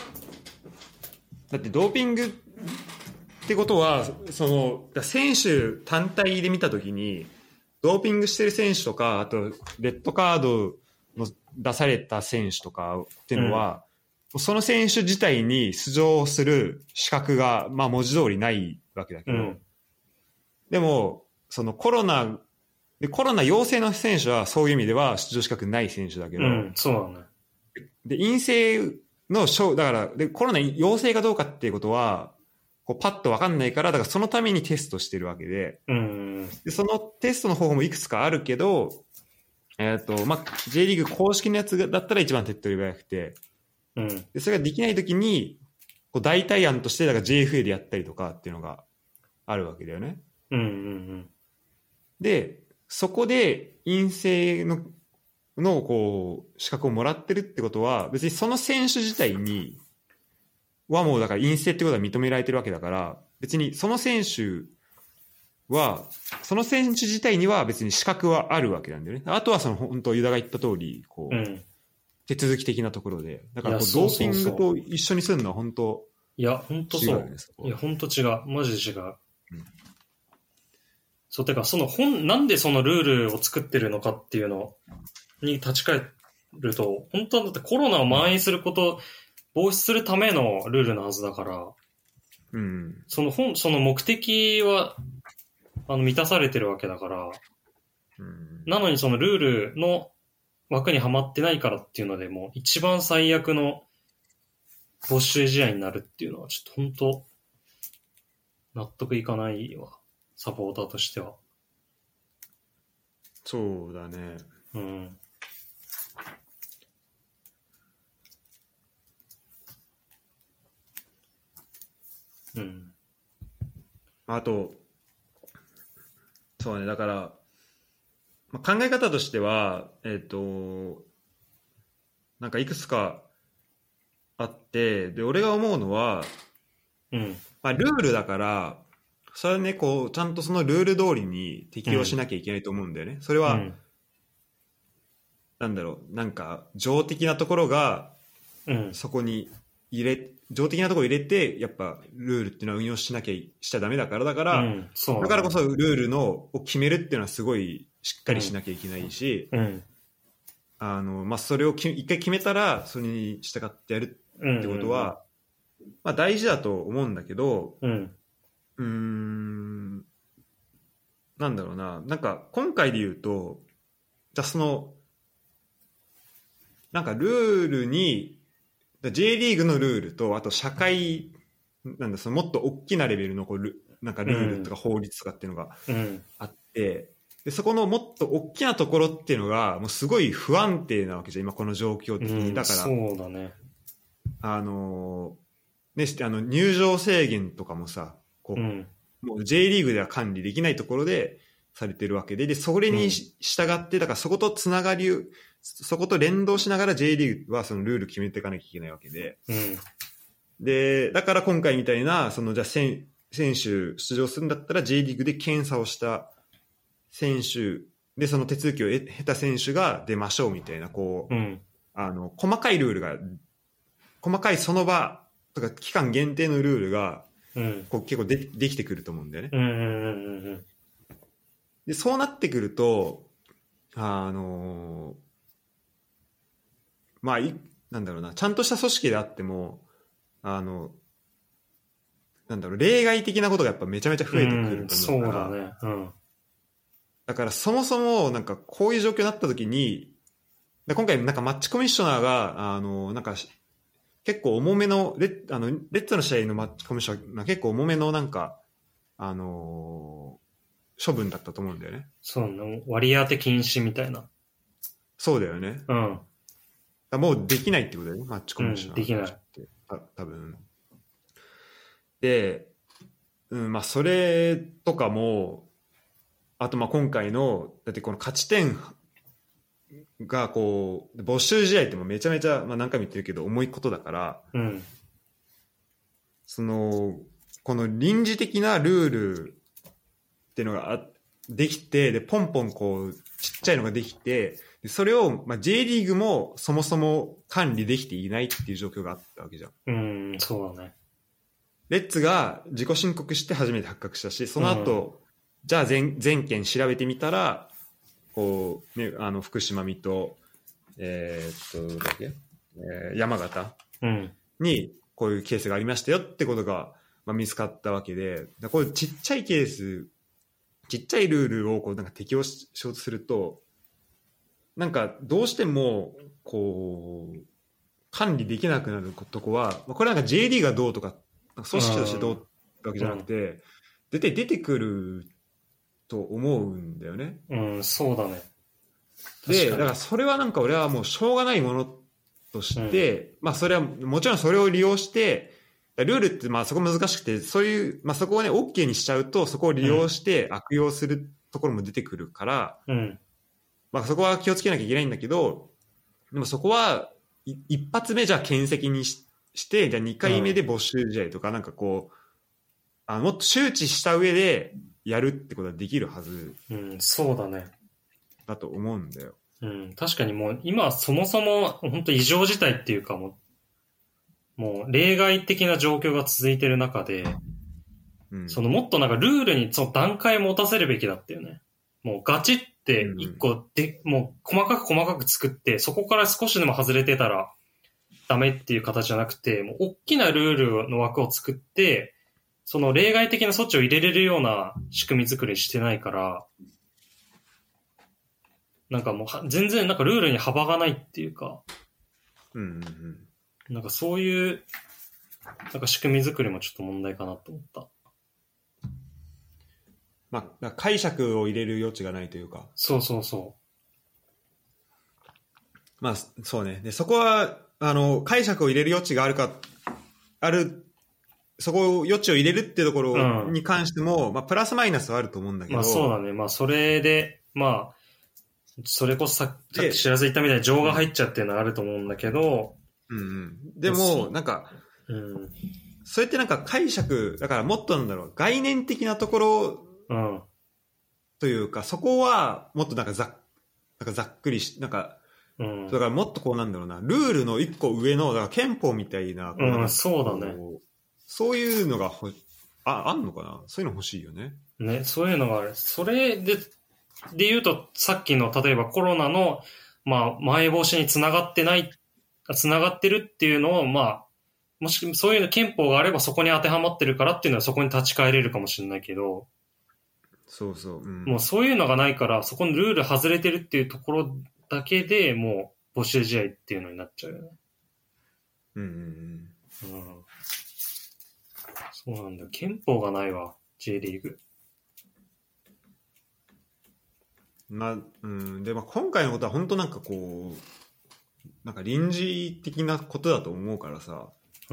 だってドーピングってことは、選手単体で見たときに、ドーピングしてる選手とか、あと、レッドカードの出された選手とかっていうのは、その選手自体に出場する資格が、まあ文字通りないわけだけど、でも、コロナ陽性の選手はそういう意味では出場資格ない選手だけど、 そうだね。 で、陰性のだから、で、コロナ陽性かどうかっていうことは、こうパッとわかんないから、だからそのためにテストしてるわけで、でそのテストの方法もいくつかあるけど、まあ、J リーグ公式のやつだったら一番手っ取り早くて、でそれができないときに、こう代替案として、だから JFA でやったりとかっていうのがあるわけだよね。 うんうんで、そこで陰性のこう資格をもらってるってことは、別にその選手自体にはもうだから陰性ってことは認められてるわけだから、別にその選手自体には別に資格はあるわけなんだよね。あとはその本当ユダが言った通り、こう、 うん。 手続き的なところで、だからこういやドーピングと一緒にするのは本当いや、ほんとそう。 違うよね、そこは。 いや、ほんと違う。マジで違う。 うんそう、てか、なんでそのルールを作ってるのかっていうのに立ち返ると、本当はだってコロナを蔓延することを防止するためのルールのはずだから、 うん。 その目的は、満たされてるわけだから、 うん。 なのにそのルールの枠にはまってないからっていうので、もう一番最悪の没収試合になるっていうのは、ちょっと本当、納得いかないわ。サポーターとしては。 そうだね。 うん。うん。 あと、そうね、だから、まあ、考え方としては、なんかいくつかあって、で、俺が思うのは、 うん。 まあ、ルールだから、それはね、こう、ちゃんとそのルール通りに適用しなきゃいけないと思うんだよね。それは、 うん。 なんだろう、なんか、情的なところが、 うん。 そこに情的なところを入れて、やっぱ、ルールっていうのは運用しちゃダメだから、 うん。そうだね。 だからこそルールを決めるっていうのはすごいしっかりしなきゃいけないし、 うん。 まあ、それを一回決めたら、それに従ってやるうん。 ってことは、まあ大事だと思うんだけど、 うん。 なんだろうな、なんか今回で言うと、じゃあなんかルールに、J リーグのルールと、あと社会、なんだ、そのもっと大きなレベルのなんかルールとか法律とかっていうのがうん。 あって、でそこのもっと大きなところっていうのが、もうすごい不安定なわけじゃん、今この状況的に。だから、 そうだね。 ね、入場制限とかもさ、こう、 うん。 もう J リーグでは管理できないところでされてるわけで、それに従って、だからそことそこと連動しながら J リーグはそのルール決めていかなきゃいけないわけで、 うん。 で、だから今回みたいな、じゃあ選手出場するんだったら J リーグで検査をした選手で、その手続きを経た選手が出ましょうみたいな、こう、 うん。 細かいルールが、細かいその場とか期間限定のルールが、 うん。 こう結構できてくると思うんだよね。 うん。うん。 で、そうなってくると、まあ、なんだろうな、ちゃんとした組織であっても、なんだろう、例外的なことがやっぱめちゃめちゃ増えてくると思うから、 そうだね。うん。 だからそもそもなんかこういう状況になった時に、今回なんかマッチコミッショナーが、なんか結構重めのレッツの試合のマッチコミッショナー結構重めのなんか、処分だったと思うんだよね。 そうね。割り当て禁止みたいな。 そうだよね。 うん。 もうできないってことだよね、マッチコミッショナーできない。 って多分。で、まあそれとかも、あとまあ今回のだってこの勝ち点がこう没収試合ってもめちゃめちゃ、まあ、何回も言ってるけど重いことだから、 うん。 この臨時的なルールっていうのができて、でポンポンこうちっちゃいのができて、でそれを、まあ、J リーグもそもそも管理できていないっていう状況があったわけじゃん。 そうだね。 レッツが自己申告して初めて発覚したし、その後、じゃあ全件調べてみたら、こうね、福島、水戸、どだっけ、山形にこういうケースがありましたよってことが、まあ、見つかったわけで、こういうちっちゃいケース、ちっちゃいルールをこうなんか適用しようとすると、なんかどうしてもこう管理できなくなるとこは、これなんか J リーがどうとか、組織としてどうってわけじゃなくて、絶対出てくると思うんだよね。 そうだね。 で、だからそれはなんか俺はもうしょうがないものとして、まあそれはもちろんそれを利用して、 ルールってまあそこ難しくて、そういう、まあそこをね、OK にしちゃうと、そこを利用して悪用するところも出てくるから、 うん。 まあそこは気をつけなきゃいけないんだけど、でもそこは、一発目じゃあ検責にして、じゃあ2回目で没収試合とか、なんかこう、もっと周知した上でやるってことはできるはずうん、そうだね。 だと思うんだよ。 うん、確かにもう今そもそも本当異常事態っていうかもう例外的な状況が続いてる中で、 うん、 そのもっとなんかルールにその段階持たせるべきだったよね。もうガチって一個で、もう細かく作って、そこから少しでも外れてたらダメっていう形じゃなくて、もう大きなルールの枠を作って、その例外的な措置を入れれるような仕組み作りしてないから、なんかもう全然なんかルールに幅がないっていうか、 うんうんうん、 なんかそういうなんか仕組み作りもちょっと問題かなと思った。 まあ、解釈を入れる余地がないというか。 そうそうそまあ、そうね。で、そこは、解釈を入れる余地がそこを余地を入れるっていうところに関しても、まあ、プラスマイナスはあると思うんだけど。 まあそうだね。まあそれで、まあ、それこそさっき知らず言ったみたいに情が入っちゃっていうのはあると思うんだけど。 うんうん。でも、なんか、 うん、 それってなんか解釈、だからもっとなんだろう、概念的なところ、 うん、 というか、そこはもっとなんかざっくりし、なんか、 うん、 だからもっとこうなんだろうな、ルールの一個上の、だから憲法みたいな、 うん、そうだね。 そういうのがあんのかな、そういうの欲しいよね。 ね、そういうのがある。それで言うと、さっきの例えばコロナの、まあ、まん延防止につながってるっていうのを、まあ、もしそういうの憲法があればそこに当てはまってるからっていうのはそこに立ち返れるかもしれないけど、 そうそう、うん、 もうそういうのがないから、そこのルール外れてるっていうところだけでもう募集試合っていうのになっちゃうよね。 うんうんうん。 うん。そうなんだ。憲法がないわ、J リーグ。 まあ、うん、で、まあ今回のことは本当なんかこう、なんか臨時的なことだと思うからさ、 うん。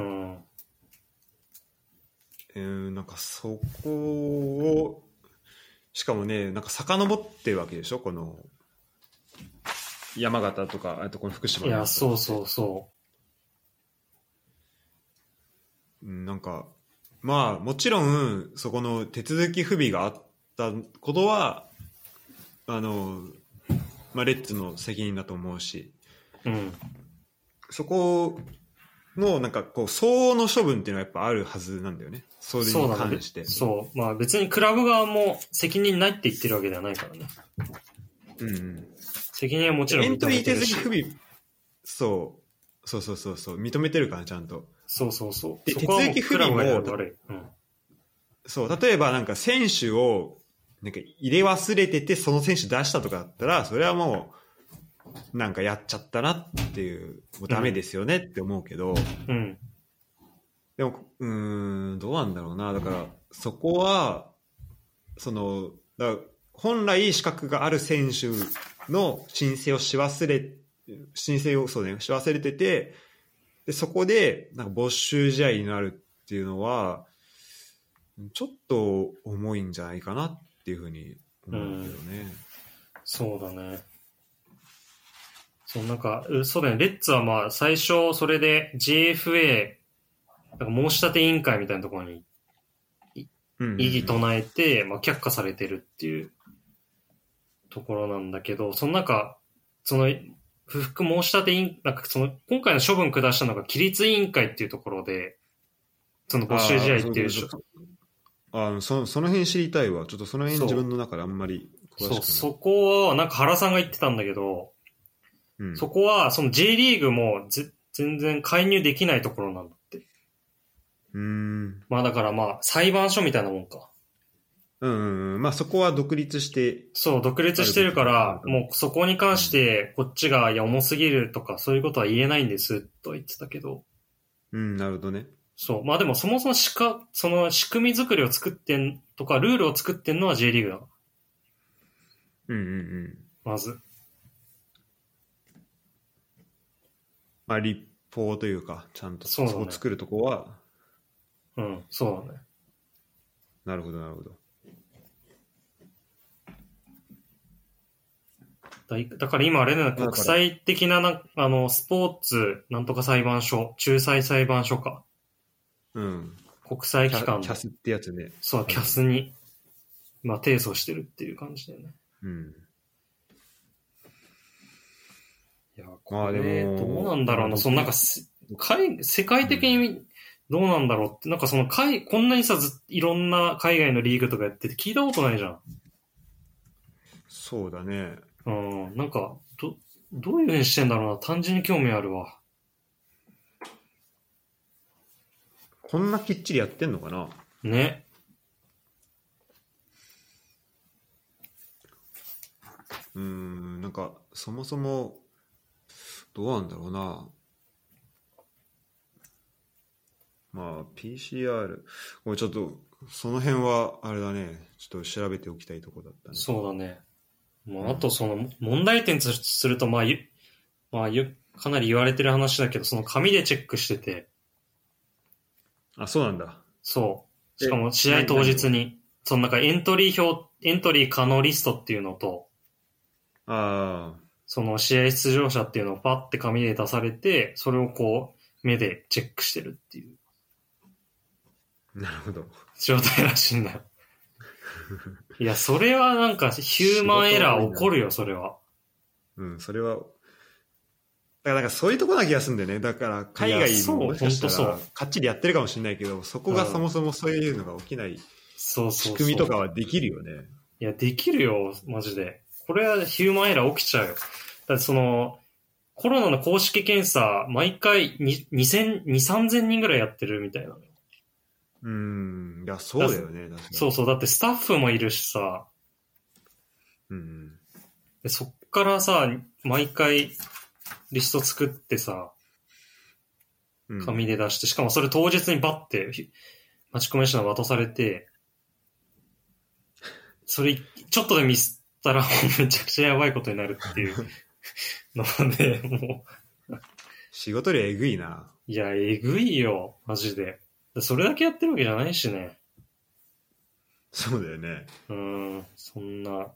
なんかそこを、しかもね、なんか遡ってるわけでしょ、この山形とか、あとこの福島の。 いや、そうそうそう。なんか、まあもちろん、そこの手続き不備があったことは、まあ、レッツの責任だと思うし、 う。うん。 そこのなんかこう相応の処分っていうのはやっぱあるはずなんだよね。それに関して。 そう。まあ別にクラブ側も責任ないって言ってるわけではないからね。 うんうん。 責任はもちろん認めてるし。 エントリー手続き不備、そう認めてるからちゃんと。 そうそうそう。 で手続き不備も、そう、例えばなんか選手をなんか入れ忘れててその選手出したとかだったら、それはもうなんかやっちゃったなっていう、もうダメですよねって思うけど、 うん。 でもどうなんだろうな。だからそこはだから本来資格がある選手の申請をし忘れてて、でそこでなんか没収試合になるっていうのはちょっと重いんじゃないかなっていうふうに思うけどね。 そうだね。そうなんかそうだね。レッツはまあ最初それで GFA なんか申し立て委員会みたいなところに異議唱えて、まあ、却下されてるっていうところなんだけど、その中、その不服申し立て委員、なんかその今回の処分下したのが規律委員会っていうところで、その募集試合っていうその辺知りたいわ。ちょっとその辺自分の中であんまり詳しくない。 そこはなんか原さんが言ってたんだけど、そこはその J リーグも全然介入できないところなんだって。まあだからまあ裁判所みたいなもんか。 まあそこは独立して。 そう、独立してるから、もうそこに関してこっちがいや重すぎるとかそういうことは言えないんですと言ってたけど。 なるほどね。 そう。まあでもそもそもその仕組み作りを作ってんとかルールを作ってんのは J リーグだから。まず。 まあ立法というか、ちゃんとそこを作るとこは。 うん、そうだね。 なるほど、なるほど。 だから今あれだね、 だから国際的なスポーツなんとか裁判所、仲裁裁判所か。 うん。 国際機関の。 キャスってやつね。 そう、キャスに、まあ、提訴してるっていう感じだよね。 うん。 いや、 まこあでれ、 もどうなんだろうな、そのなんか世界的にどうなんだろうって、なんかそのこんなにさ、いろんな海外のリーグとかやってて聞いたことないじゃん。 そうだね。 うん、なんか、どういうふうにしてんだろうな、単純に興味あるわ。 こんなきっちりやってんのかな。 ね。 なんかそもそもどうなんだろうな。まあ PCR、これちょっとその辺はあれだね。ちょっと調べておきたいところだったね。 そうだね。まあ、あとその問題点とすると、まあ、かなり言われてる話だけど、その紙でチェックしてて、 あ、そうなんだ。 そう。しかも試合当日に、そのなんかエントリー可能リストっていうのと、 あその試合出場者っていうのをパッて紙で出されて、それをこう、目でチェックしてるっていうあ、なるほど。 状態らしいんだよ。いや、それはなんかヒューマンエラー起こるよ、それは。 うん、それは。だからなんかそういうとこな気がするんだよね。だから海外ももしかしたらかっちりやってるかもしれないけど、そこがそもそもそういうのが起きない仕組みとかはできるよね。 いや、できるよ、マジで。これはヒューマンエラー起きちゃうよ。だってその、コロナの公式検査、毎回2000、3000人ぐらいやってるみたいなのよ。 いや、そうだよね。確かに。 そうそう。だってスタッフもいるしさ。でそっからさ、毎回リスト作ってさ、紙で出して、しかもそれ当日にバッて、待ち込み者渡されて、それ、ちょっとでミスったらめちゃくちゃやばいことになるっていうので、もう。 仕事量えぐいな。 いや、えぐいよ、マジで。それだけやってるわけじゃないしね。 そうだよね。 そんな。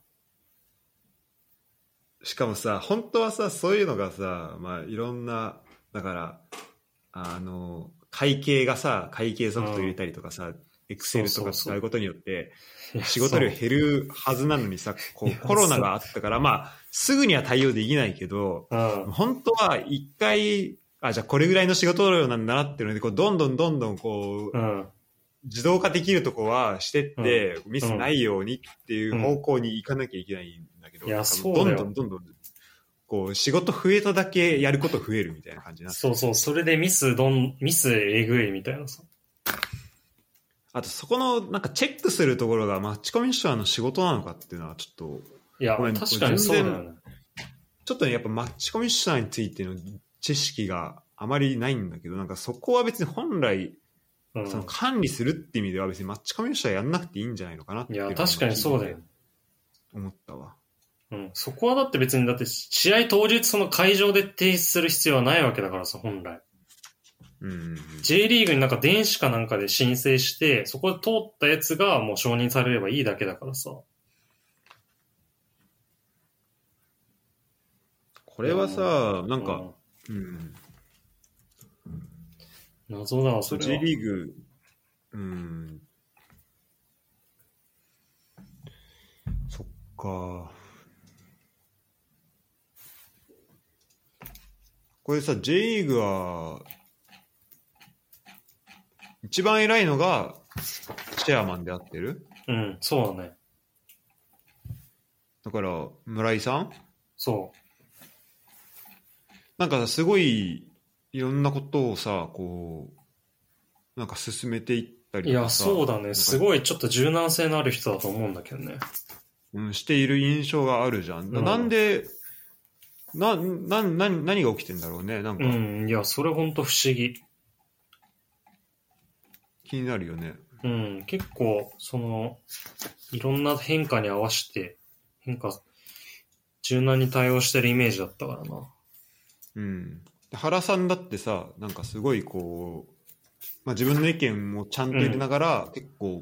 しかもさ、本当はさ、そういうのがさ、まあいろんな、だから、会計ソフト入れたりとかさ、エクセルとか使うことによって、仕事量減るはずなのにさ、こうコロナがあったから、まあ、すぐには対応できないけど、本当は一回、じゃあこれぐらいの仕事量なんだなっていうので、こうどんどんこう、自動化できるとこはしてって、ミスないようにっていう方向に行かなきゃいけないんだけど、どんどんこう仕事増えただけやること増えるみたいな感じになって。 そうそう、それでミスえぐいみたいなさ。 あとそこのなんかチェックするところがマッチコミッショナーの仕事なのかっていうのはちょっと、 いや、確かにそうだよね。 ちょっとね、やっぱマッチコミッショナーについての知識があまりないんだけど、なんかそこは別に本来、その管理するって意味では別にマッチコミッショナーやんなくていいんじゃないのかなっていう。 いや、確かにそうだよ。 思ったわ。 そこはだって別に、だって試合当日その会場で提出する必要はないわけだからさ、本来。J リーグになんか電子かなんかで申請して、そこで通ったやつがもう承認されればいいだけだからさ。 これはさ、なんか、 謎だわ、それは。 J リーグ、そっか。これさ、J リーグは、一番偉いのが、チェアマンであってる？ そうだね。 だから、村井さん？ そう。 なんかすごい、いろんなことをさ、こう、なんか進めていったりとかさ。 いや、そうだね。すごいちょっと柔軟性のある人だと思うんだけどね。 している印象があるじゃん。なんで、何が起きてんだろうね。なんか。 いや、それほんと不思議。 気になるよね。 結構、いろんな変化に合わせて、柔軟に対応してるイメージだったからな。 原さんだってさ、なんかすごいこう、 まあ、自分の意見もちゃんと入れながら、結構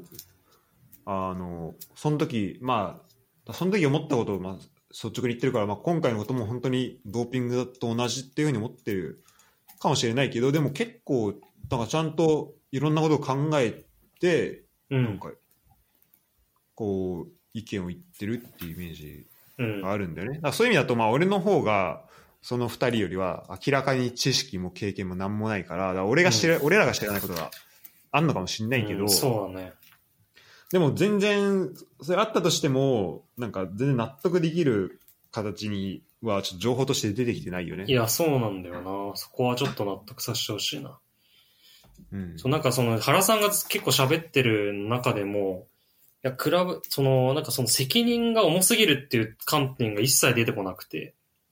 その時思ったことをまあ率直に言ってるから、まあ、今回のことも本当にドーピングと同じっていうふうに思ってるかもしれないけど、でも結構なんかちゃんといろんなことを考えて、なんかこう意見を言ってるっていうイメージがあるんだよね。だからそういう意味だと、まあ俺の方がその2人よりは明らかに知識も経験も何もないから、だから俺らが知らないことがあんのかもしれないけど、 そうだね。 でも全然それあったとしてもなんか全然納得できる形にはちょっと情報として出てきてないよね。 いや、そうなんだよな。そこはちょっと納得させてほしいな。そうなんか原さんが結構喋ってる中でも、いやなんか責任が重すぎるっていう観点が一切出てこなくて、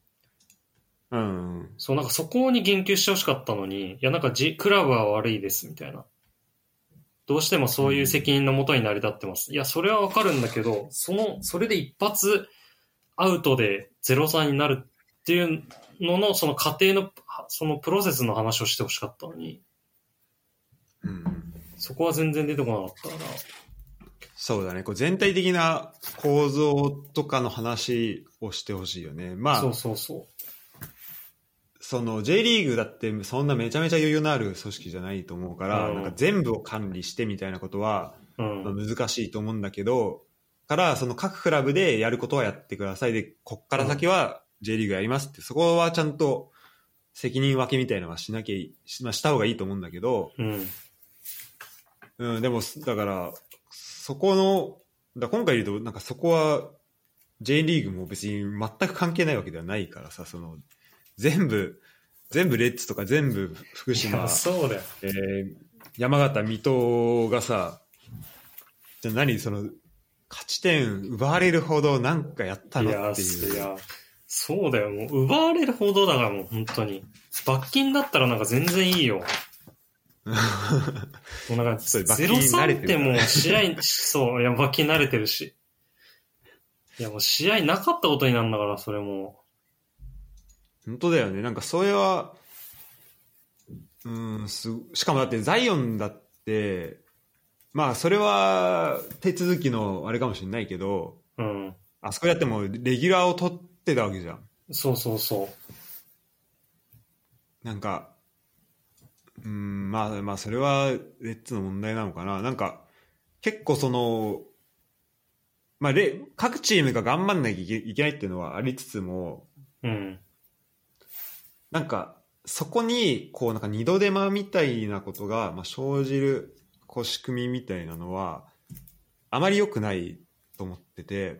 なんかそこに言及してほしかったのに、いやなんかクラブは悪いですみたいな。どうしてもそういう責任のもとに成り立ってます。いや、それはわかるんだけど、それで一発アウトで 0-3 になるっていうのの、その過程の、そのプロセスの話をしてほしかったのに、そこは全然出てこなかったから。 そうだね。こう全体的な構造とかの話をしてほしいよね。まあ、その J リーグだってそんなめちゃめちゃ余裕のある組織じゃないと思うから、なんか全部を管理してみたいなことは、まあ、難しいと思うんだけど、からその各クラブでやることはやってください。で、こっから先は J リーグやりますって、そこはちゃんと責任分けみたいなのはした方がいいと思うんだけど、でもだからそこの今回言うとなんかそこは J リーグも別に全く関係ないわけではないからさ、全部レッツとか全部福島、 そうだよ、 山形、水戸がさ、じゃあ勝ち点奪われるほどなんかやったのっていう。 いやそうだよ、もう奪われるほどだから、もう本当に罰金だったらなんか全然いいよ。もうなんか0-3ってもう試合そう、いや罰金慣れてるし、いやもう試合なかったことになるんだから、それも本当だよね。なんかそれはしかもだってザイオンだって、まあそれは手続きのあれかもしれないけど、あそこやってもレギュラーを取ってたわけじゃん。 そうなんかまあそれはレッツの問題なのかな。なんか結構まあ各チームが頑張んなきゃいけないっていうのはありつつも、なんかそこにこうなんか二度手間みたいなことがまあ生じる仕組みみたいなのはあまり良くないと思ってて、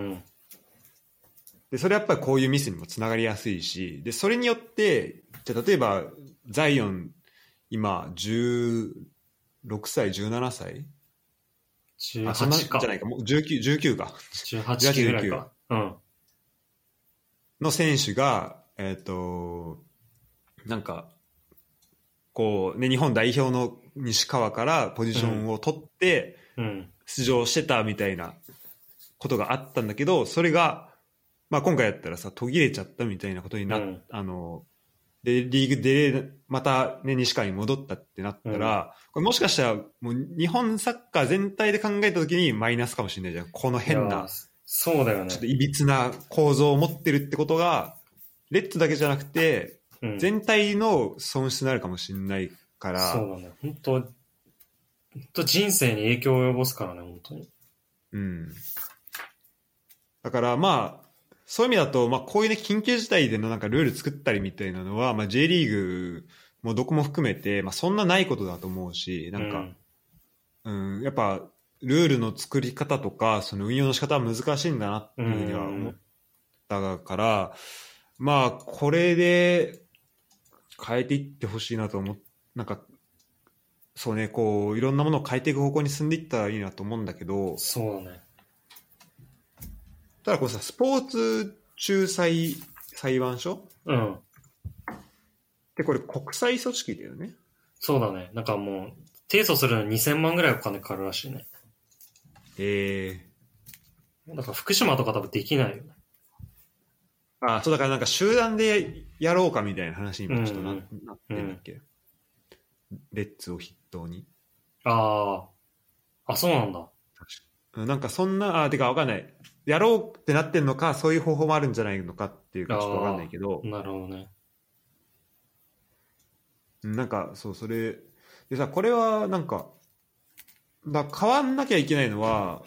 でそれやっぱりこういうミスにもつながりやすいし、でそれによってじゃあ例えばザイオン今16歳17歳 18かじゃないか、もう19か 18ぐらいか、 の選手がなんかこうね、日本代表の西川からポジションを取って出場してたみたいなことがあったんだけど、それがまあ今回やったらさ途切れちゃったみたいなことになっでリーグでまたね西川に戻ったってなったら、これもしかしたらもう日本サッカー全体で考えた時にマイナスかもしれないじゃん。この変なそうだよね、 ちょっといびつな構造を持ってるってことがレッツだけじゃなくて全体の損失になるかもしれないから、 そうだね、本当人生に影響を及ぼすからね、本当に。 だからまあそういう意味だと、まあこういうね緊急事態でのなんかルール作ったりみたいなのは、まあ J リーグもどこも含めて、まあそんなないことだと思うし、なんか、やっぱルールの作り方とかその運用の仕方は難しいんだなっていうふうには思ったから、まあこれで変えていってほしいなとなんかそうね、こういろんなものを変えていく方向に進んでいったらいいなと思うんだけど、 そうね。 ただこうさ、スポーツ仲裁裁判所、でこれ国際組織だよね。 そうだね。なんかもう提訴するのに2000万ぐらいお金かかるらしいね。だから福島とか多分できないよね。 そうだからなんか集団でやろうかみたいな話にもちょっとなってるんだっけ。 レッツを筆頭に。 ああ、そうなんだ。 なんかそんな、てかわかんない。やろうってなってんのか、そういう方法もあるんじゃないのかっていうか、ちょっとわかんないけど。 なるほどね。 なんか、そう、それ、でさ、これはなんか、変わんなきゃいけないのは、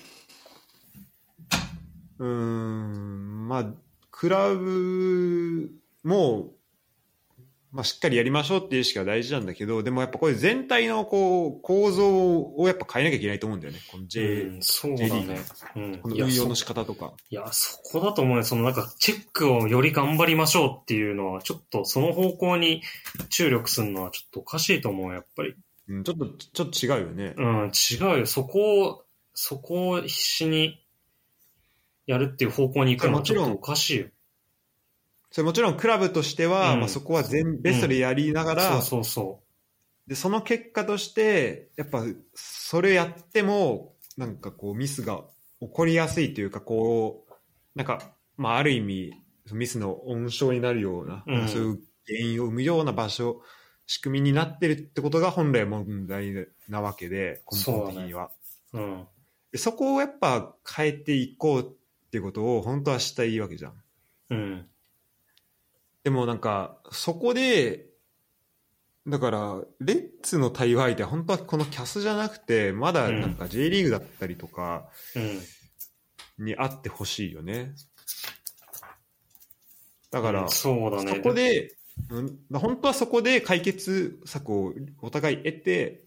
まあ、クラブも、まあ、しっかりやりましょうっていう意識が大事なんだけど、でもやっぱこれ全体のこう構造をやっぱ変えなきゃいけないと思うんだよね。このそうだ J リーね。 グ。この運用の仕方とか。 いや、そこだと思うね。そのなんかチェックをより頑張りましょうっていうのは、ちょっとその方向に注力するのはちょっとおかしいと思う、やっぱり。 ちょっと違うよね。 違うよ。そこを必死にやるっていう方向に行くのはちょっとおかしいよ。 それもちろんクラブとしては、まあ、そこはベストでやりながら、でその結果としてやっぱそれやってもなんかこうミスが起こりやすいというか、こうなんか、まあ、ある意味ミスの温床になるような、そういう原因を生むような場所、仕組みになってるってことが本来問題なわけで、根本的には。そこをやっぱ変えていこうっていうことを本当はしたいわけじゃん。でもなんかそこでだからレッツの対話相手は本当はこのキャスじゃなくて、まだなんか J リーグだったりとかにあってほしいよね。だからそこで、本当はそこで解決策をお互い得て、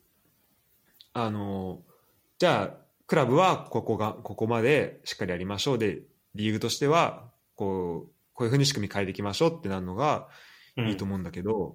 じゃあクラブはここまでしっかりやりましょうで、リーグとしてはこういうふうに仕組み変えていきましょうってなるのがいいと思うんだけど、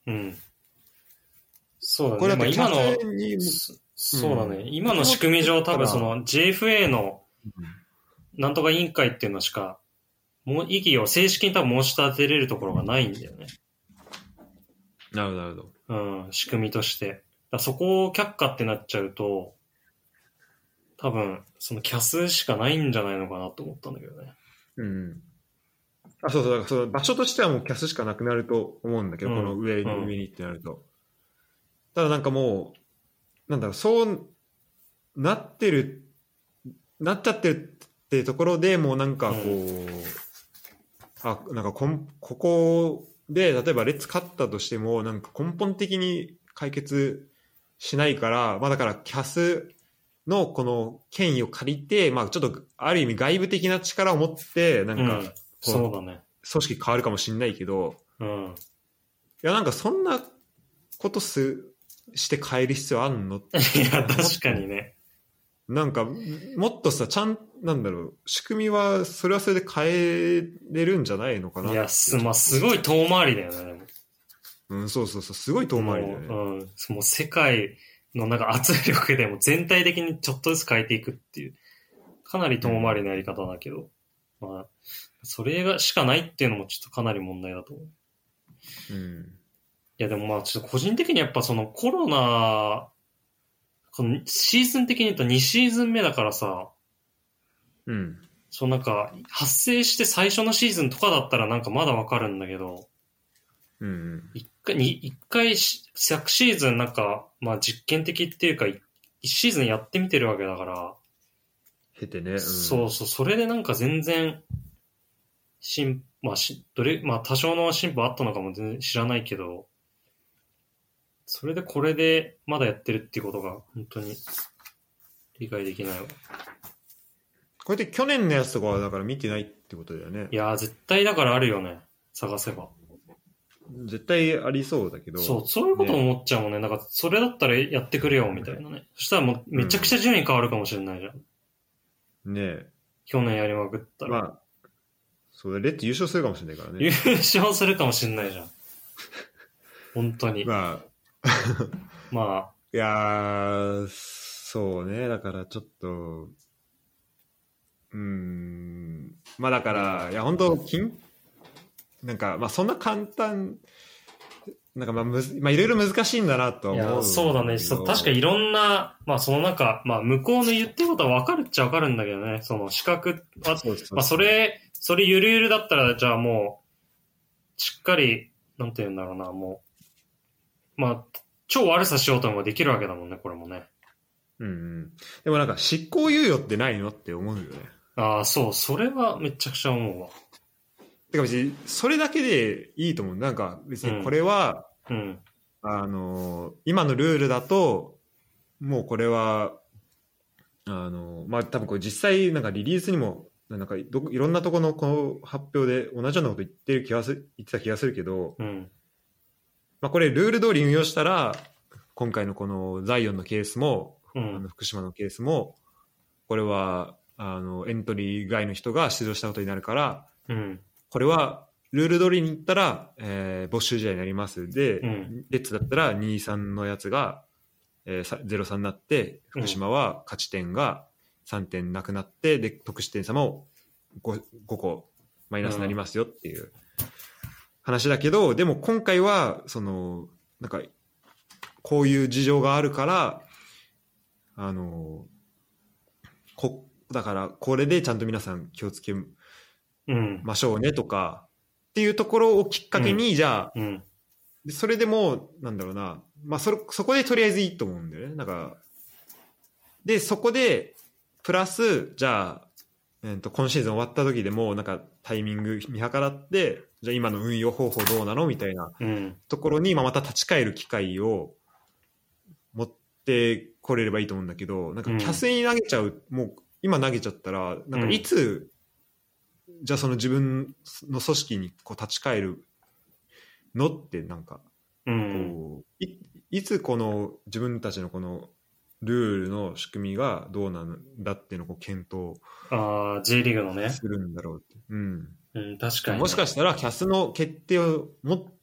そうだね。これだ今の、そうだね。今の仕組み上多分その JFA のなんとか委員会っていうのしか、もう意義を正式に多分申し立てれるところがないんだよね。 なるほど、なるほど。仕組みとして。そこを却下ってなっちゃうと、多分、そのキャスしかないんじゃないのかなと思ったんだけどね。 そうだからその場所としてはもうキャスしかなくなると思うんだけど、この上にってなると。ただなんかもう、なんだろう、そうなっちゃってるっていうところでもうなんかこう、なんかここで例えばレッツ勝ったとしてもなんか根本的に解決しないから、まあだからキャスのこの権威を借りて、まあちょっとある意味外部的な力を持ってなんか、 そうだね。 組織変わるかもしれないけど、いやなんかそんなことして変える必要あんの？いや確かにね。 なんかもっとさ、なんだろう、仕組みはそれはそれで変えれるんじゃないのかな。 いやまあすごい遠回りだよね。 そうすごい遠回りだよね。 もう世界のなんか圧力でも全体的にちょっとずつ変えていくっていう、かなり遠回りのやり方だけど、まあそれがしかないっていうのもちょっとかなり問題だと思う。いやでもまあちょっと個人的にやっぱそのコロナ、このシーズン的に言うと2シーズン目だからさ、そうなんか発生して最初のシーズンとかだったらなんかまだわかるんだけど、一回昨シーズンなんかまあ実験的っていうか一シーズンやってみてるわけだから、 経てね、 それでなんか全然まあ多少の進歩あったのかも全然知らないけど、それでこれでまだやってるっていうことが本当に理解できないわ。 これで去年のやつとかはだから見てないってことだよね。 いや絶対だからあるよね、探せば。 絶対ありそうだけど。 そういうこと思っちゃうもんね。なんかそれだったらやってくれよみたいなね。そしたらもうめちゃくちゃ順位変わるかもしれないじゃん。 ねえ。 去年やりまくったら。 まあ、そうだ、レッツ優勝するかもしれないからね。 優勝するかもしれないじゃん。本当に。 まあ。いやー、そうね。だからちょっと、まあだから、いや本当なんかまあそんな簡単、なんかまあいろいろ難しいんだなとは思う。いやそうだね。確かいろんな、まあその中、まあ向こうの言ってることは分かるっちゃ分かるんだけどね。その資格は、まあそれゆるゆるだったらじゃあもうしっかりなんて言うんだろうな、もうまあ超悪さしようともできるわけだもんね、これもね。 うんうん。でもなんか執行猶予ってないのって思うよね。 ああ、そう、それはめちゃくちゃ思うわ。 てか別にそれだけでいいと思う。なんか別にこれは、 うん。 今のルールだと、もうこれは、まあ多分これ実際なんかリリースにも、なんかいろんなところのこう発表で同じようなこと言ってた気がするけど、 うん。 まあこれルール通り運用したら、今回のこのザイオンのケースも、 うん、 福島のケースも、これはエントリー外の人が出場したことになるから、 うん、 これはルール通りに言ったら、没収試合になります。で、 うん、 レッツだったら2-3のやつが、0-3になって、福島は勝ち点が3点なくなって、で、得失点差も 5個マイナスになりますよっていう話だけど、でも今回は、なんか、こういう事情があるから、だからこれでちゃんと皆さん気をつけましょうねとかっていうところをきっかけに、じゃあ、それでもなんだろうな、まあそこでとりあえずいいと思うんだよね。なんかでそこでプラスじゃあ、今シーズン終わった時でもなんかタイミング見計らって、じゃあ今の運用方法どうなのみたいなところに、また立ち返る機会を持ってこれればいいと思うんだけど、なんかキャスに投げちゃう、もう今投げちゃったら、なんかいつ、じゃあその自分の組織にこう立ち返るのってなんか、こういつこの自分たちのこのルールの仕組みがどうなんだっていうのをこう検討 J リーグのねするんだろうって、 確かに、ね、 もしかしたらキャスの決定を持って、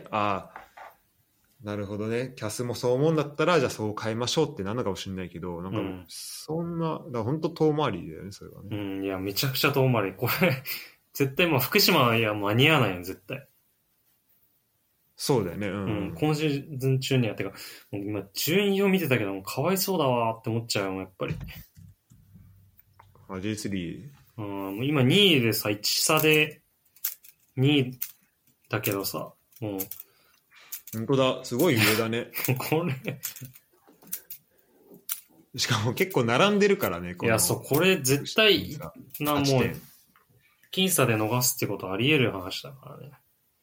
なるほどね、キャスもそう思うんだったらじゃあそう変えましょうってなるのかもしれないけど、なんかそんな、だから本当遠回りだよね、それはね。 いやめちゃくちゃ遠回り、これ絶対福島は間に合わないよ絶対。 そうだよね、 今シーズン中にやってか、もう今順位を見てたけどもかわいそうだわって思っちゃうもんやっぱり。 J3？ 今2位でさ、1差で2位だけどさ、もう本当だ、すごい上だね。 これしかも結構並んでるからね。 いや、そう、これ絶対もう僅差で逃すってことはあり得る話だからね。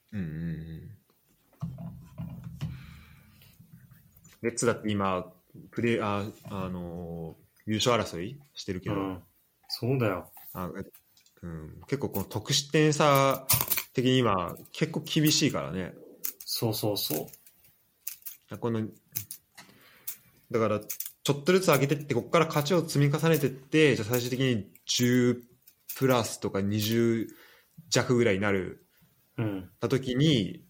レッツだって今優勝争いしてるけど、 そうだよ。 結構この得失点差的に今結構厳しいからね。 そうそうそう。 だからちょっとずつ上げてって、ここから勝ちを積み重ねてって、じゃあ最終的に10プラスとか20弱ぐらいになる、た時に、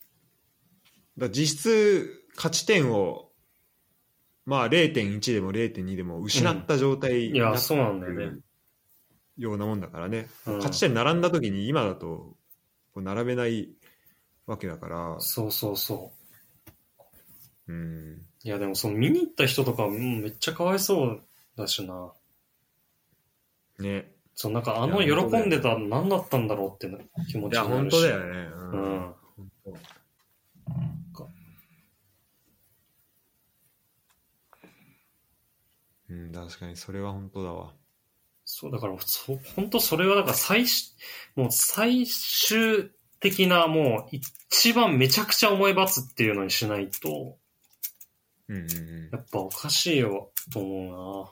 実質勝ち点をまあ 0.1 でも 0.2 でも失った状態になってるようなもんだからね。勝ち点並んだ時に今だとこう並べないわけだから。 そうそうそう。いやでもその見に行った人とかめっちゃかわいそうだしな。 ね。 そうなんか喜んでた何だったんだろうって気持ちになるし。 いや本当だよね。確かにそれは本当だわ。 そうだから本当それはだからもう最終的なもう一番めちゃくちゃ重い罰っていうのにしないと、やっぱおかしいよと思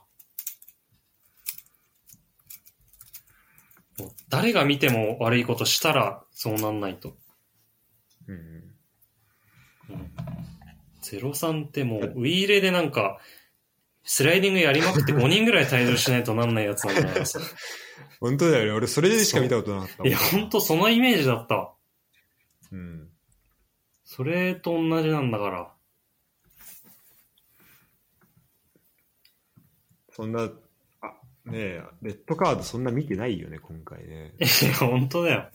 うな。もう誰が見ても悪いことしたらそうなんないと。0-3ってもうウィーレでなんかスライディングやりまくって5人ぐらい退場しないとなんないやつなんだからさ。 本当だよね。俺それでしか見たことなかった。 いや本当そのイメージだった。それと同じなんだから。 そんなねえ、レッドカードそんな見てないよね今回ね。 いや本当だよ。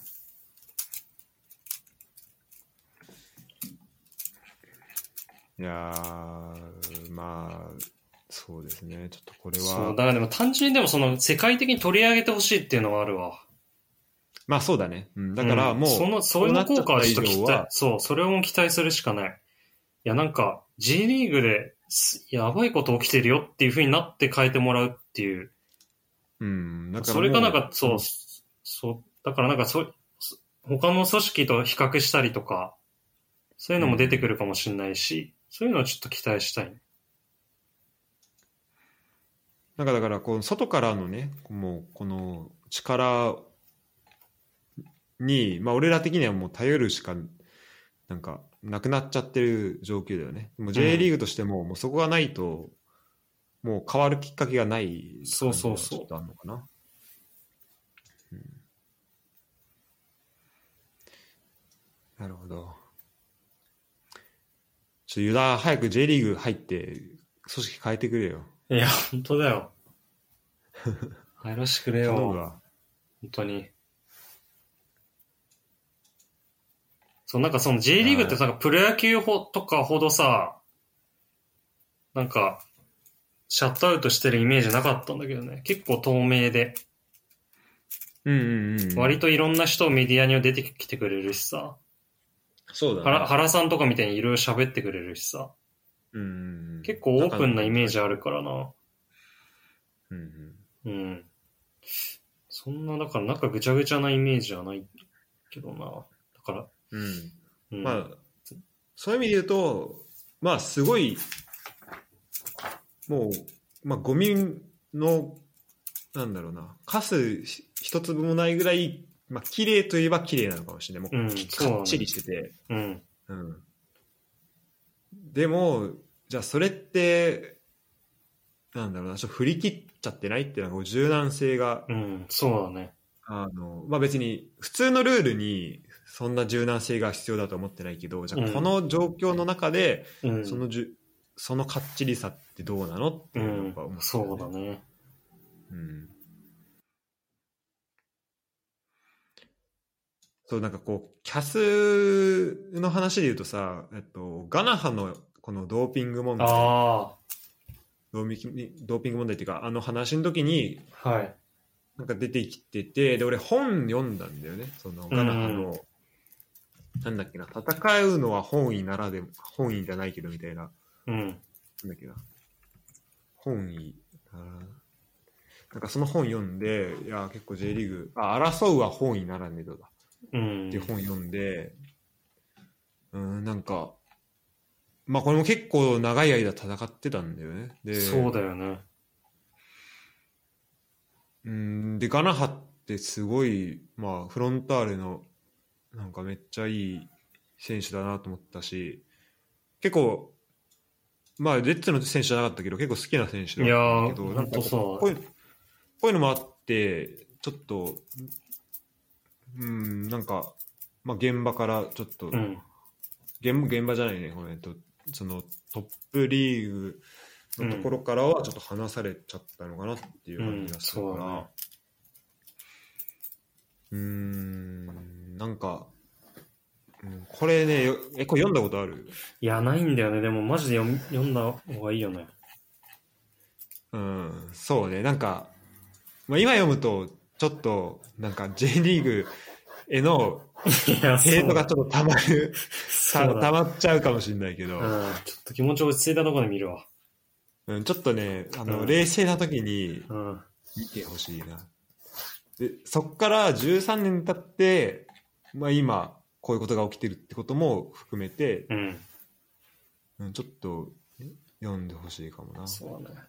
いやまあそうですね、ちょっとこれはそうだからでも単純にでもその世界的に取り上げてほしいっていうのはあるわ。 まあそうだね、だからもう、 そういうの効果はちょっと期待、そうそれを期待するしかない。 やなんか G リーグですやばいこと起きてるよっていう風になって変えてもらうっていう。 うん。だからそれがなんか、 もうそう、だからなんか他の組織と比較したりとか、そういうのも出てくるかもしれないし、そういうのはちょっと期待したいね。 なんかだからこう外からのね、もうこの力に、まあ俺ら的にはもう頼るしかなんかなくなっちゃってる状況だよね。もう J リーグとしても、もうそこがないともう変わるきっかけがない感じがちょっとあるのかな。うん、なるほど。ちょっとユダ早く J リーグ入って組織変えてくれよ。 いや、本当だよ。入らしてくれよ。 頼むわ。 本当に。そう、なんかその J リーグってさ、プロ野球とかほどさ、なんか、シャットアウトしてるイメージなかったんだけどね。結構透明で。 うんうんうん。 割といろんな人メディアには出てきてくれるしさ。 そうだね。 原さんとかみたいにいろいろ喋ってくれるしさ。 うんうんうん、 結構オープンなイメージあるからな。 うんうん。うん。そんな、だからなんかぐちゃぐちゃなイメージはないけどな。だから。 うん。 うん、 まあ、そういう意味で言うと、まあすごい、もう、まあゴミの、なんだろうな、カス一粒もないぐらい、まあ綺麗といえば綺麗なのかもしれない。もう、かっちりしてて。 うん。 うん。でも、じゃあそれって、なんだろうな、ちょっと振り切っちゃってないっていうのは、柔軟性が、 うん、そうだね。 まあ別に、普通のルールに、そんな柔軟性が必要だと思ってないけど、じゃあこの状況の中で、 うん、 そのかっちりさってどうなのっていうのを思って、ね、 そうだね。 うん。そう、なんかこう、キャスの話で言うとさ、ガナハのこのドーピング問題、ドーピング問題っていうか、あの話の時に、 はい。 なんか出てきてて、で、俺本読んだんだよね。そのガナハの、なんだっけな、戦うのは本意ならでも、本意じゃないけどみたいな。なんだっけな。本意。なんかその本読んで、いや、結構 J リーグ、争うは本意ならねどだ。っていう本読んで、なんか、まあこれも結構長い間戦ってたんだよね。で、 そうだよね。 で、ガナハってすごい、まあフロンターレのなんかめっちゃいい選手だなと思ったし、結構、まあレッツの選手じゃなかったけど、結構好きな選手だったけど、なんかこういうのもあって、ちょっと、なんか、まあ現場からちょっと、現場じゃないね、ごめんと、そのトップリーグのところからはちょっと離されちゃったのかなっていう感じがするから、なんか、これね、これ読んだことある？ いや、ないんだよね。でもマジで読んだ方がいいよね。 そうね、なんか、まあ、今読むと、ちょっと、なんか J リーグへのヘイトがちょっとたまる、たまっちゃうかもしれないけど、 ちょっと気持ち落ち着いたところで見るわ。 ちょっとね、冷静な時に見てほしいな。で、そっから13年経って、まあ今、こういうことが起きてるってことも含めて、ちょっと読んでほしいかもな。 そうだね。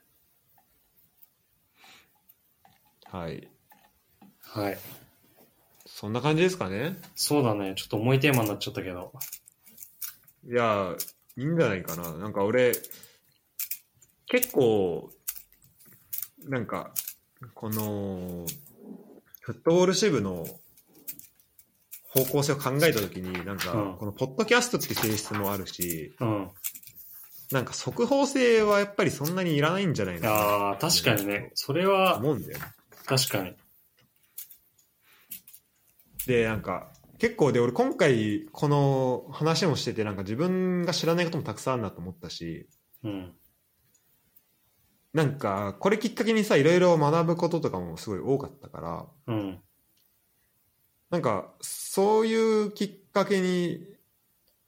はい。 はい。 そんな感じですかね。 そうだね。ちょっと重いテーマになっちゃったけど。 いや、いいんじゃないかな。なんか俺、結構、なんか、この、フットボール支部の方向性を考えたときに、なんか、このポッドキャストって性質もあるし、なんか速報性はやっぱりそんなにいらないんじゃないのかな。 確かにね。それは、 思うんだよね。 確かに。 で、なんか、結構で、俺今回この話もしてて、なんか自分が知らないこともたくさんあるなと思ったし、なんか、これきっかけにさ、いろいろ学ぶこととかもすごい多かったから、なんか、そういうきっかけに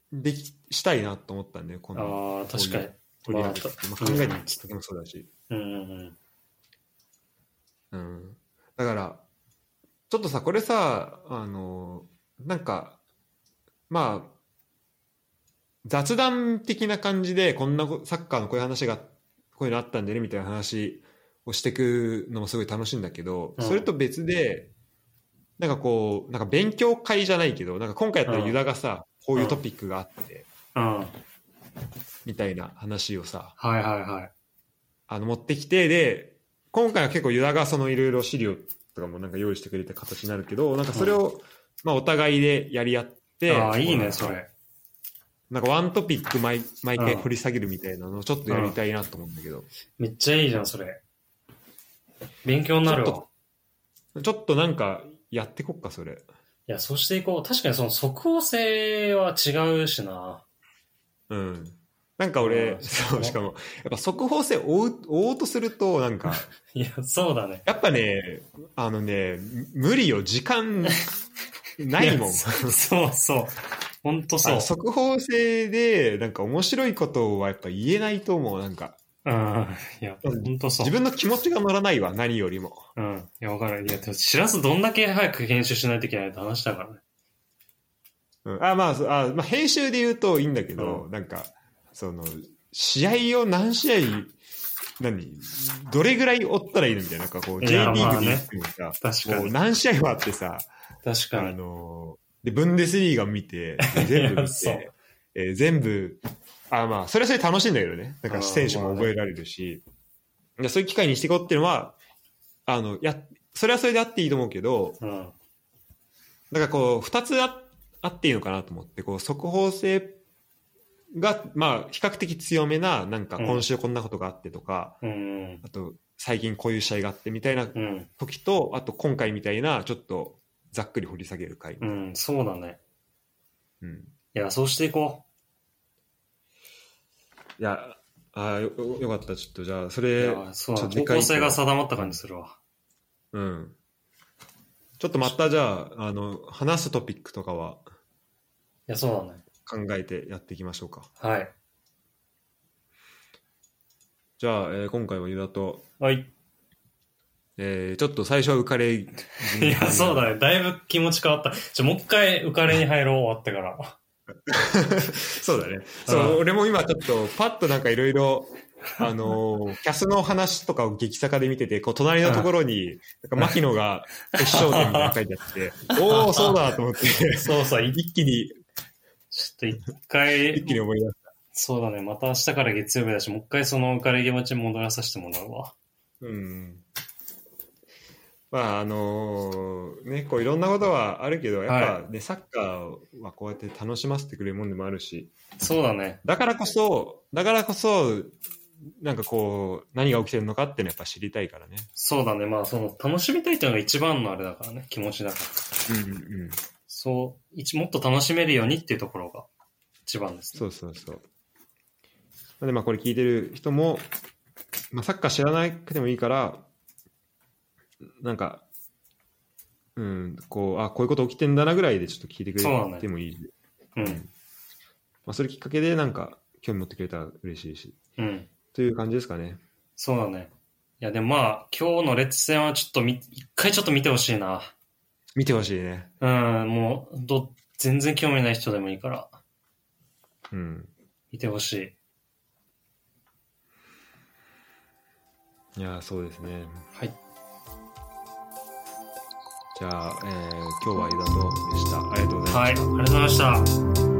したいなと思ったんだよ、この。 ああ、確かに。 まあ、考えるきっかけもそうだし。 うんうんうん。だから、ちょっとさ、これさ、なんか、まあ、雑談的な感じで、こんなサッカーのこういう話が、こういうのあったんでね、みたいな話をしていくのもすごい楽しいんだけど、それと別で、なんかこう、なんか勉強会じゃないけど、なんか今回やったらユダがさ、こういうトピックがあって、みたいな話をさ、 はいはいはい。 持ってきて、で、今回は結構ユダがそのいろいろ資料とかもなんか用意してくれた形になるけど、なんかそれを、まあお互いでやり合って、 ああ、いいね、それ。 なんかワントピック毎回掘り下げるみたいなのをちょっとやりたいなと思うんだけど。 めっちゃいいじゃん、それ。勉強になるわ。 ちょっとなんかやってこっか、それ。 いや、そうしていこう。確かにその即応性は違うしな。 うん。なんか俺、そう、しかも、やっぱ速報性を追おうとすると、なんか、 いや、そうだね。 やっぱね、無理よ、時間ないもん。 そうそう。ほんとそう。 速報性で、なんか面白いことはやっぱ言えないと思う、なんか。 うん。いや、ほんとそう。 自分の気持ちが乗らないわ、何よりも。 うん。いや、わかる。いや、知らずどんだけ早く編集しないといけないって話だからね。 うん。まあ、編集で言うといいんだけど、なんか、試合を何試合、どれぐらい追ったらいいのみたいな、なんかこう、J リーグで言ってもさ、 確かに。 もう何試合もあってさ、 確かに。 で、ブンデスリーガ見て、全部見て、全部、まあ、それはそれ楽しいんだけどね。なんか選手も覚えられるし、そういう機会にしていこうっていうのは、それはそれであっていいと思うけど、だからこう、二つあっていいのかなと思って、こう、速報性が、まあ、比較的強めな、なんか今週こんなことがあってとか、あと、最近こういう試合があってみたいな時と、あと今回みたいな、ちょっとざっくり掘り下げる回。 うん、そうだね。 うん。 いや、そうしていこう。いや、よかった。ちょっとじゃあ、それ、 そうだ、方向性が定まった感じするわ。 うん。ちょっとまたじゃあ、話すトピックとかは、 いや、そうだね。 考えてやっていきましょうか。 はい。 じゃあ、今回はユダと、 はい。 ちょっと最初は浮かれいや、そうだね。だいぶ気持ち変わった。もう一回浮かれに入ろう、終わってから。 そうだね。そう、俺も今ちょっと、パッとなんかいろいろ、キャスの話とかを激坂で見てて、こう、隣のところに、なんか、牧野が決勝点みたいな書いてあって、おー、そうだと思って、 そうそう、 一気に、 ちょっと一回、 一気に思い出した。 そうだね。また明日から月曜日だし、もう一回その浮かれ気持ちに戻らさせてもらうわ。 うん。まあ、ね、こういろんなことはあるけど、やっぱね、サッカーはこうやって楽しませてくれるもんでもあるし。 そうだね。 だからこそ、なんかこう、何が起きてるのかっていうのはやっぱ知りたいからね。 そうだね。まあ、楽しみたいっていうのが一番のあれだからね。気持ちだから。 うんうん。 そう、もっと楽しめるようにっていうところが一番ですね。そう。で、まあこれ聞いてる人も、まあサッカー知らなくてもいいから、なんか、こういうこと起きてんだなぐらいでちょっと聞いてくれてもいい。 ね、 まあそれきっかけでなんか興味持ってくれたら嬉しいし。という感じですかね。 そうだね。いやでもまあ今日のレッツ戦はちょっと一回ちょっと見てほしいな。 見てほしいね。 もう全然興味ない人でもいいから。見てほしい。いやそうですね。 はい。 じゃあ、今日はユダとでした。ありがとうございました。 はい、ありがとうございました。